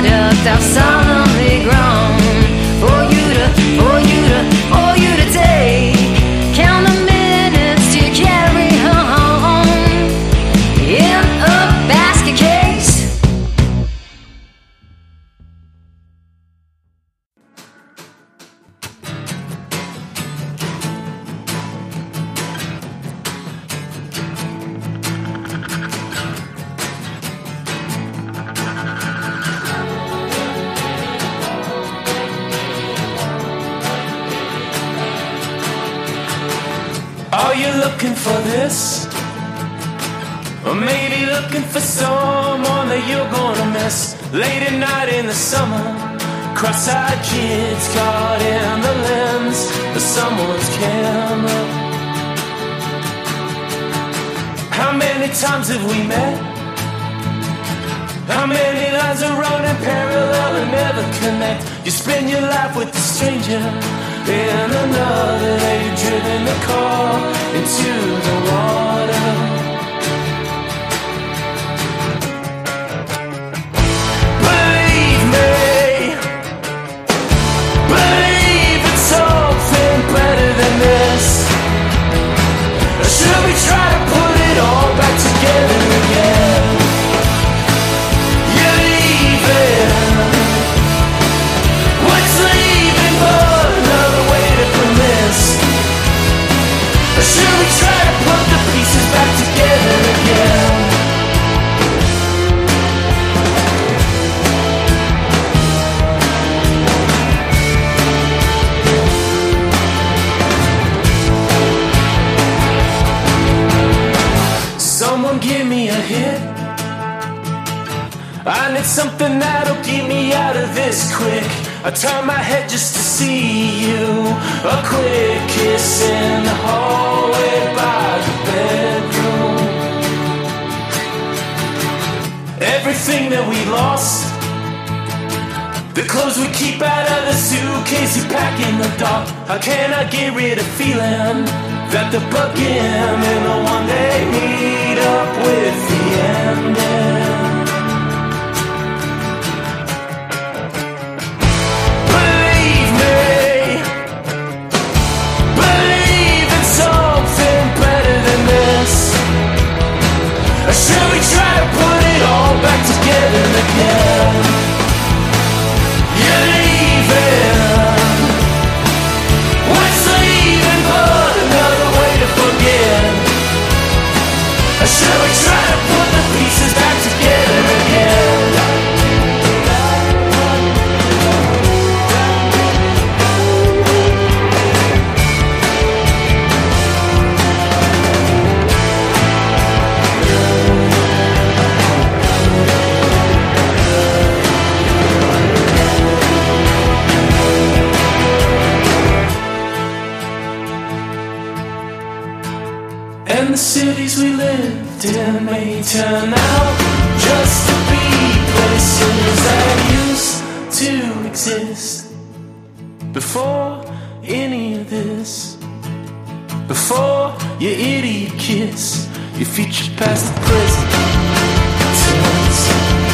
viaduct I've solemnly grown for you to take. Count the minutes to carry home in a basket case. Are you looking for this? Or maybe looking for someone that you're gonna miss? Late at night in the summer, cross-eyed kids caught in the lens of someone's camera. How many times have we met? How many lines are running parallel and never connect? You spend your life with a stranger, in another day you've driven the car into the water. Believe me, believe in something better than this. Or should we try to put it all back together again? You're leaving. What's leaving but another way to promise? Or should we try to put the pieces back together again? Someone give me a hit. I need something that'll get me out of this quick. I turn my head just to see you. A quick kiss in the hallway by the bedroom. Everything that we lost, the clothes we keep out of the suitcase you pack in the dark. How can I get rid of feeling that the bugging and the one day meet up with the ending? Or should we try to put it all back together again? You're leaving. What's leaving but another way to forget? Or should we try to put the pieces back together again? And the cities we lived in may turn out just to be places that used to exist before any of this. Before your idiot kiss, your future past the present tense.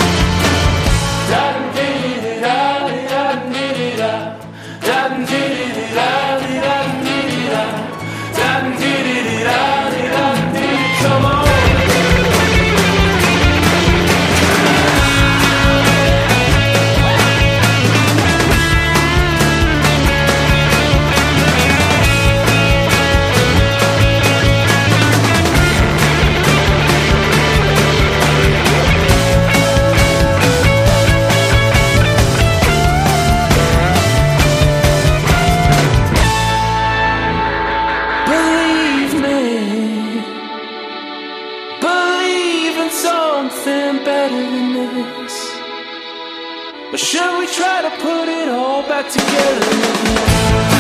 Come on. Or should we try to put it all back together again?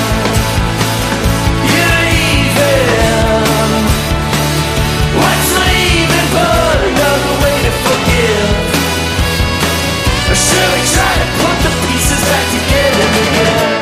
You're leaving. What's leaving but another way to forgive? Or should we try to put the pieces back together again?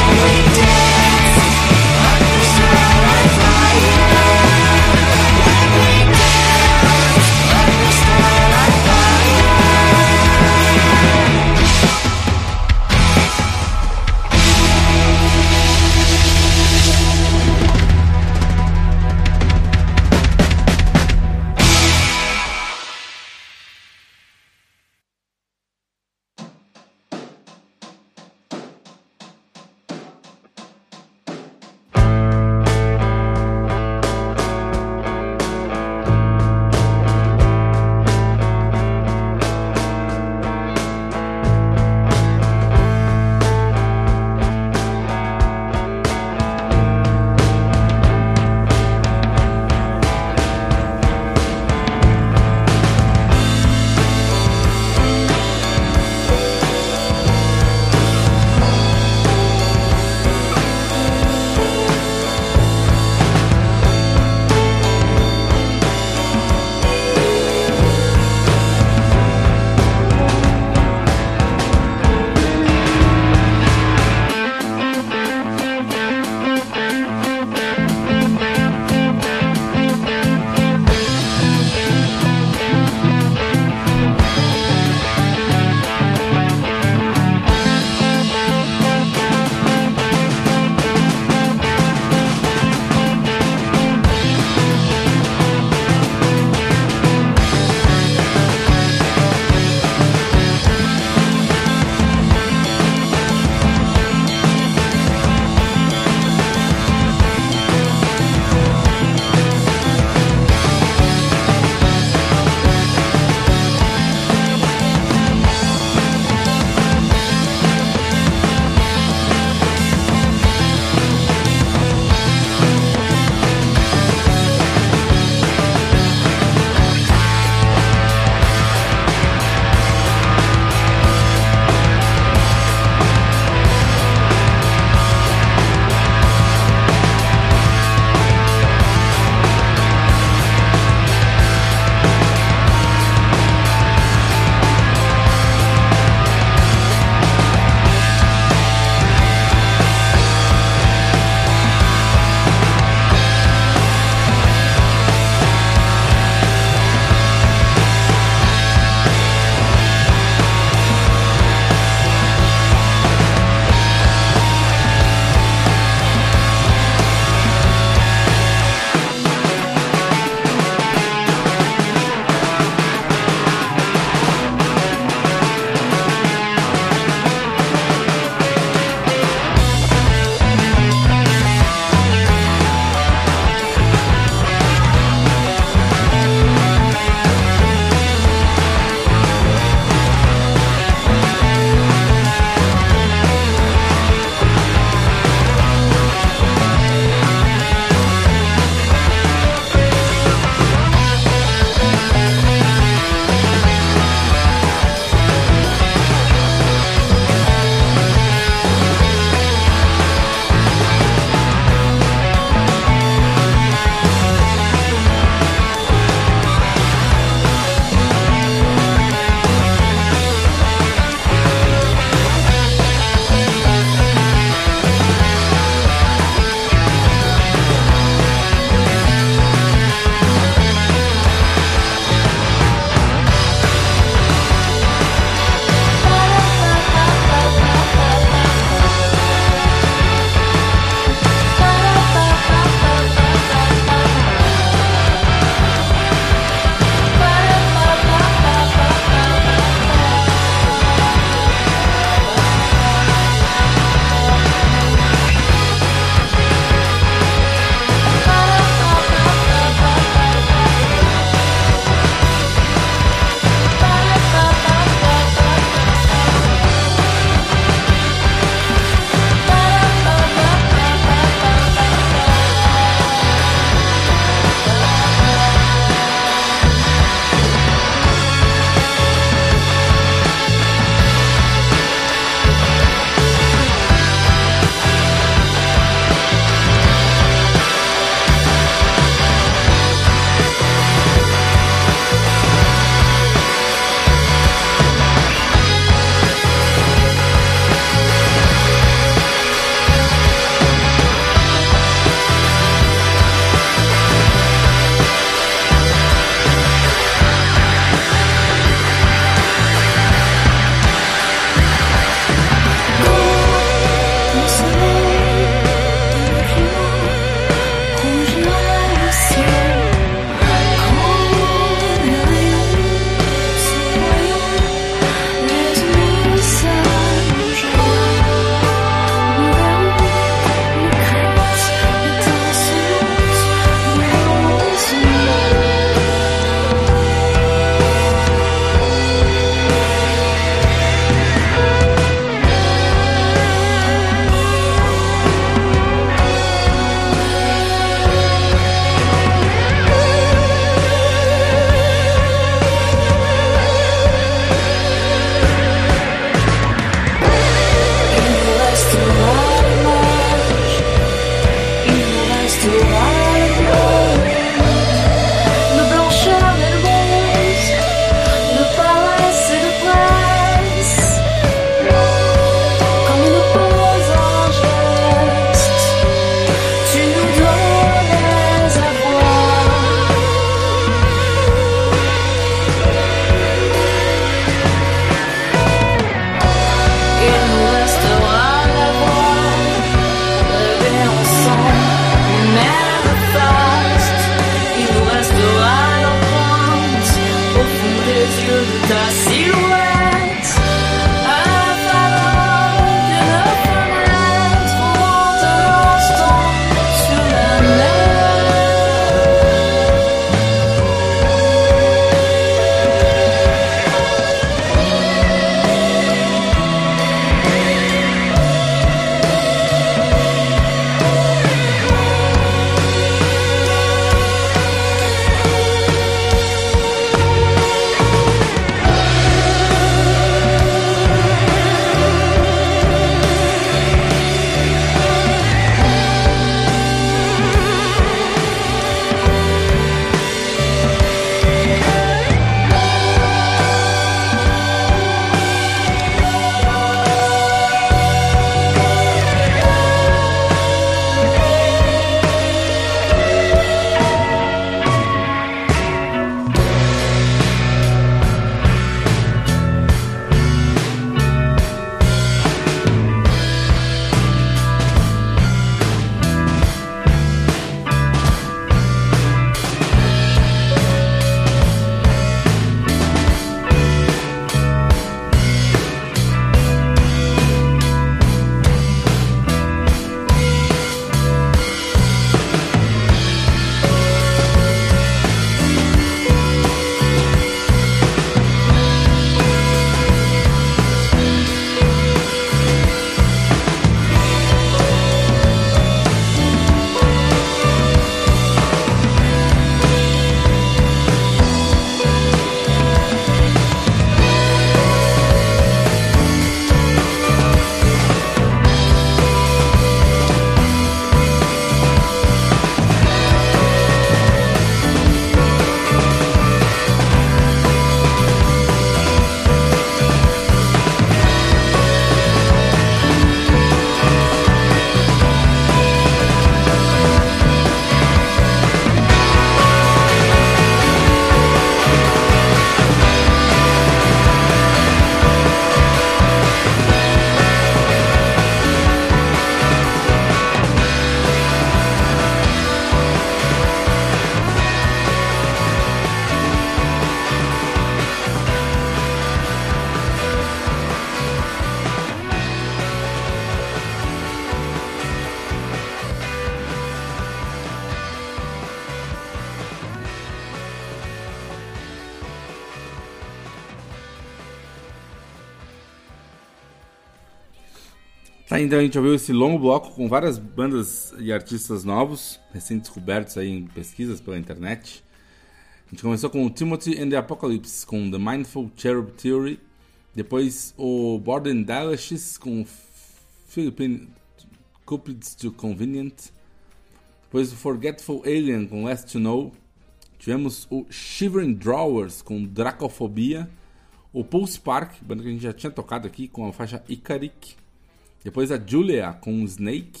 Tá, então a gente ouviu esse longo bloco com várias bandas e artistas novos, recém-descobertos aí em pesquisas pela internet. A gente começou com o Timothy and the Apocalypse, com The Mindful Cherub Theory. Depois o Borden Dallashes com Philippine Cupids to Convenient. Depois o Forgetful Alien com Last to Know. Tivemos o Shivering Drawers com Dracofobia. O Pulse Park, banda que a gente já tinha tocado aqui, com a faixa Icaric. Depois a Julia com Snake.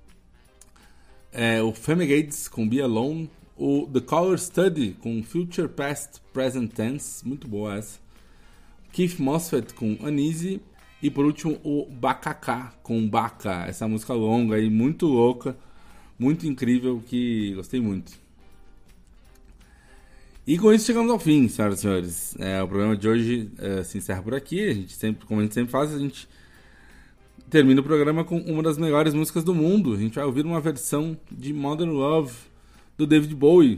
O Femegades com Be Alone. O The Color Study com Future Past Present Tense. Muito boa essa. Keith Mosfet com Uneasy. E por último o Bacacá com Baca. Essa música longa e muito louca. Muito incrível, que gostei muito. E com isso chegamos ao fim, senhoras e senhores. O programa de hoje se encerra por aqui. Como a gente sempre faz, a gente termina o programa com uma das melhores músicas do mundo. A gente vai ouvir uma versão de Modern Love do David Bowie.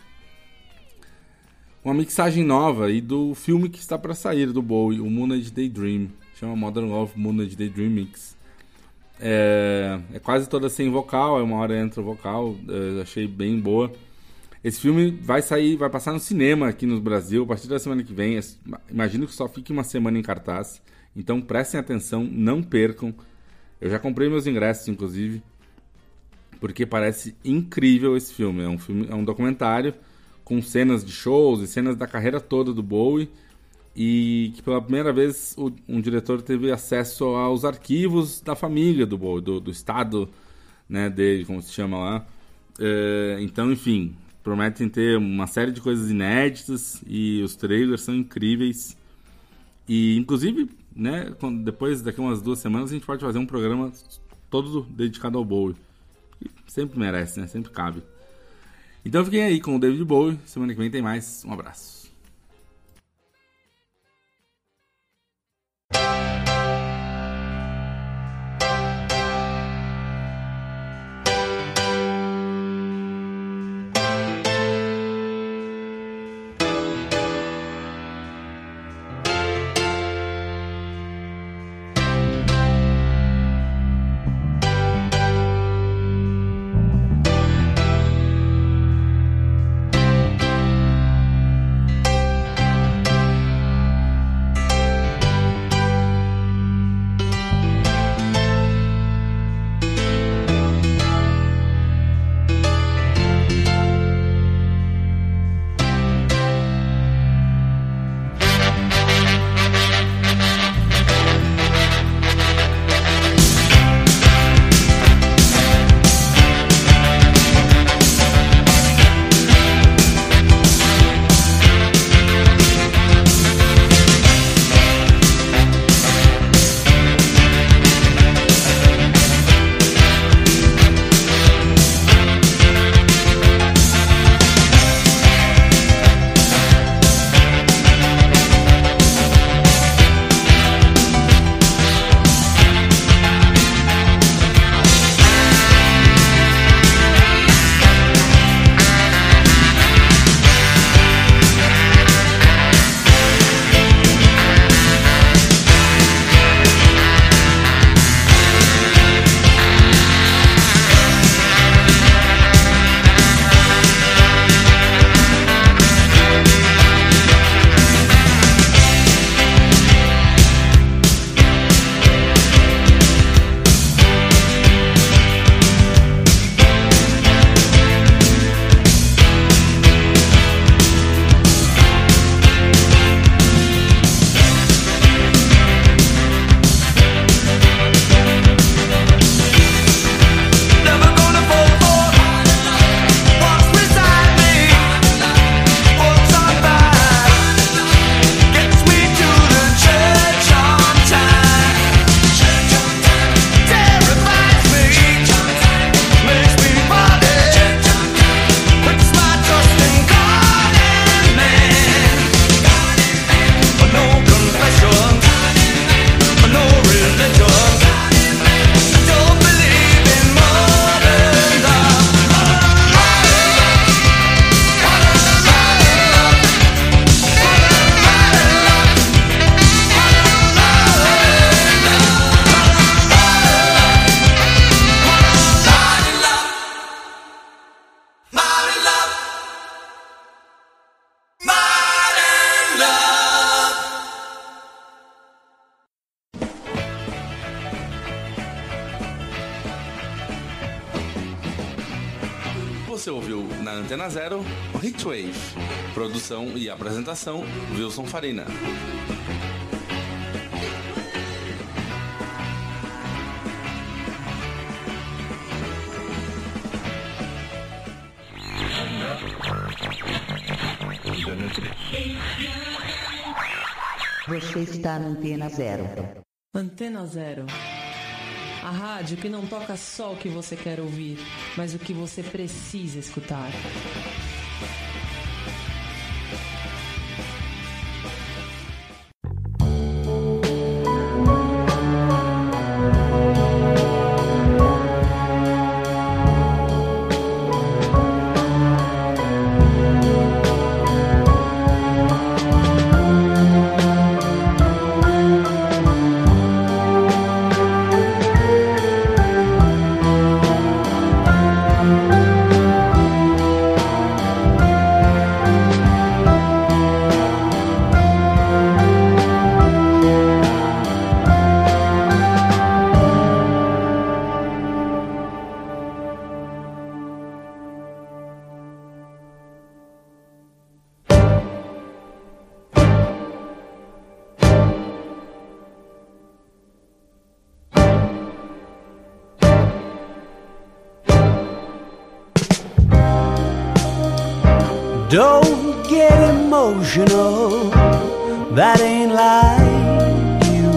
Uma mixagem nova e do filme que está para sair do Bowie, o Moon Age Daydream. Chama Modern Love Moon Age Daydream Mix. É quase toda sem vocal, uma hora entra o vocal. Achei bem boa. Esse filme vai passar no cinema aqui no Brasil a partir da semana que vem. Imagino que só fique uma semana em cartaz. Então prestem atenção, não percam. Eu já comprei meus ingressos, inclusive, porque parece incrível esse filme. É um documentário com cenas de shows e cenas da carreira toda do Bowie. E que pela primeira vez um diretor teve acesso aos arquivos da família do Bowie, do estado, né, dele, como se chama lá. Então, enfim, prometem ter uma série de coisas inéditas e os trailers são incríveis. E, inclusive, né, daqui umas 2 semanas a gente pode fazer um programa todo dedicado ao Bowie. Sempre merece, né? Sempre cabe. Então fiquem aí com o David Bowie. Semana que vem tem mais. Um abraço. Você ouviu na Antena Zero Heatwave. Produção e apresentação Wilson Farina. Você está na Antena Zero. Antena Zero. A rádio que não toca só o que você quer ouvir, mas o que você precisa escutar. Don't get emotional, that ain't like you.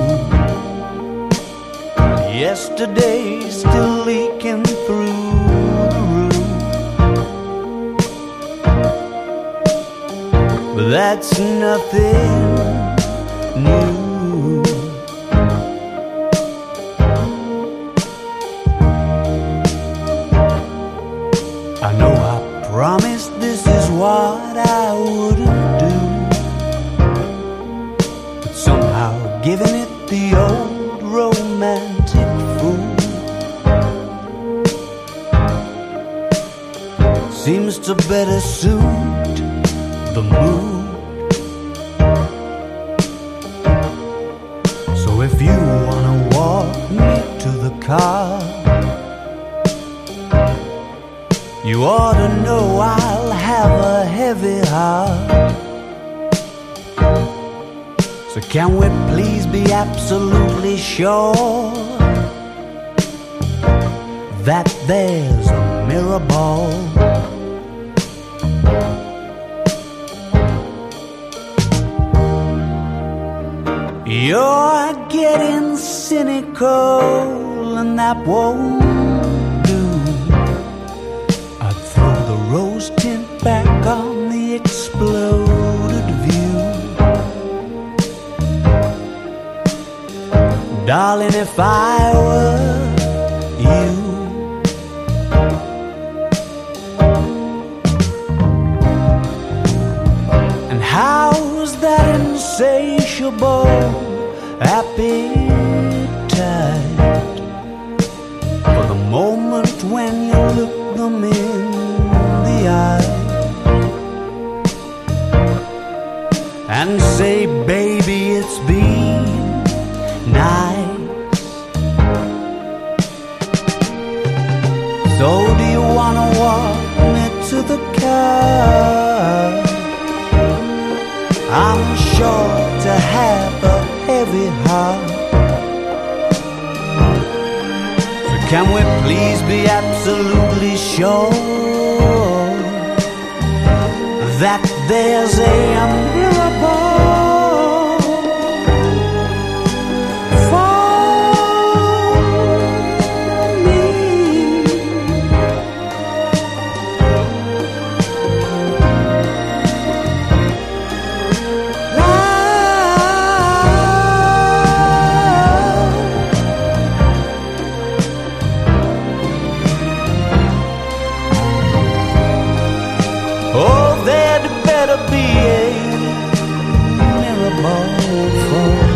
Yesterday's still leaking through the roof, but that's nothing new. I know I promised this is what I wouldn't do, but somehow giving it the old romantic fool seems to better suit the mood. So if you wanna walk me to the car, you ought to know I'll have a heavy heart. So can we please be absolutely sure that there's a mirror ball? You're getting cynical and that won't rose tint back on the exploded view. Darling, if I were you, and how's that insatiable appetite for the moment when you look them in the eye and say, baby, it's been nice. So do you wanna walk me to the car? I'm sure to have a heavy heart. So can we please be absolutely sure that there's a mirror ball for me? Oh, there'd better be a mirror ball for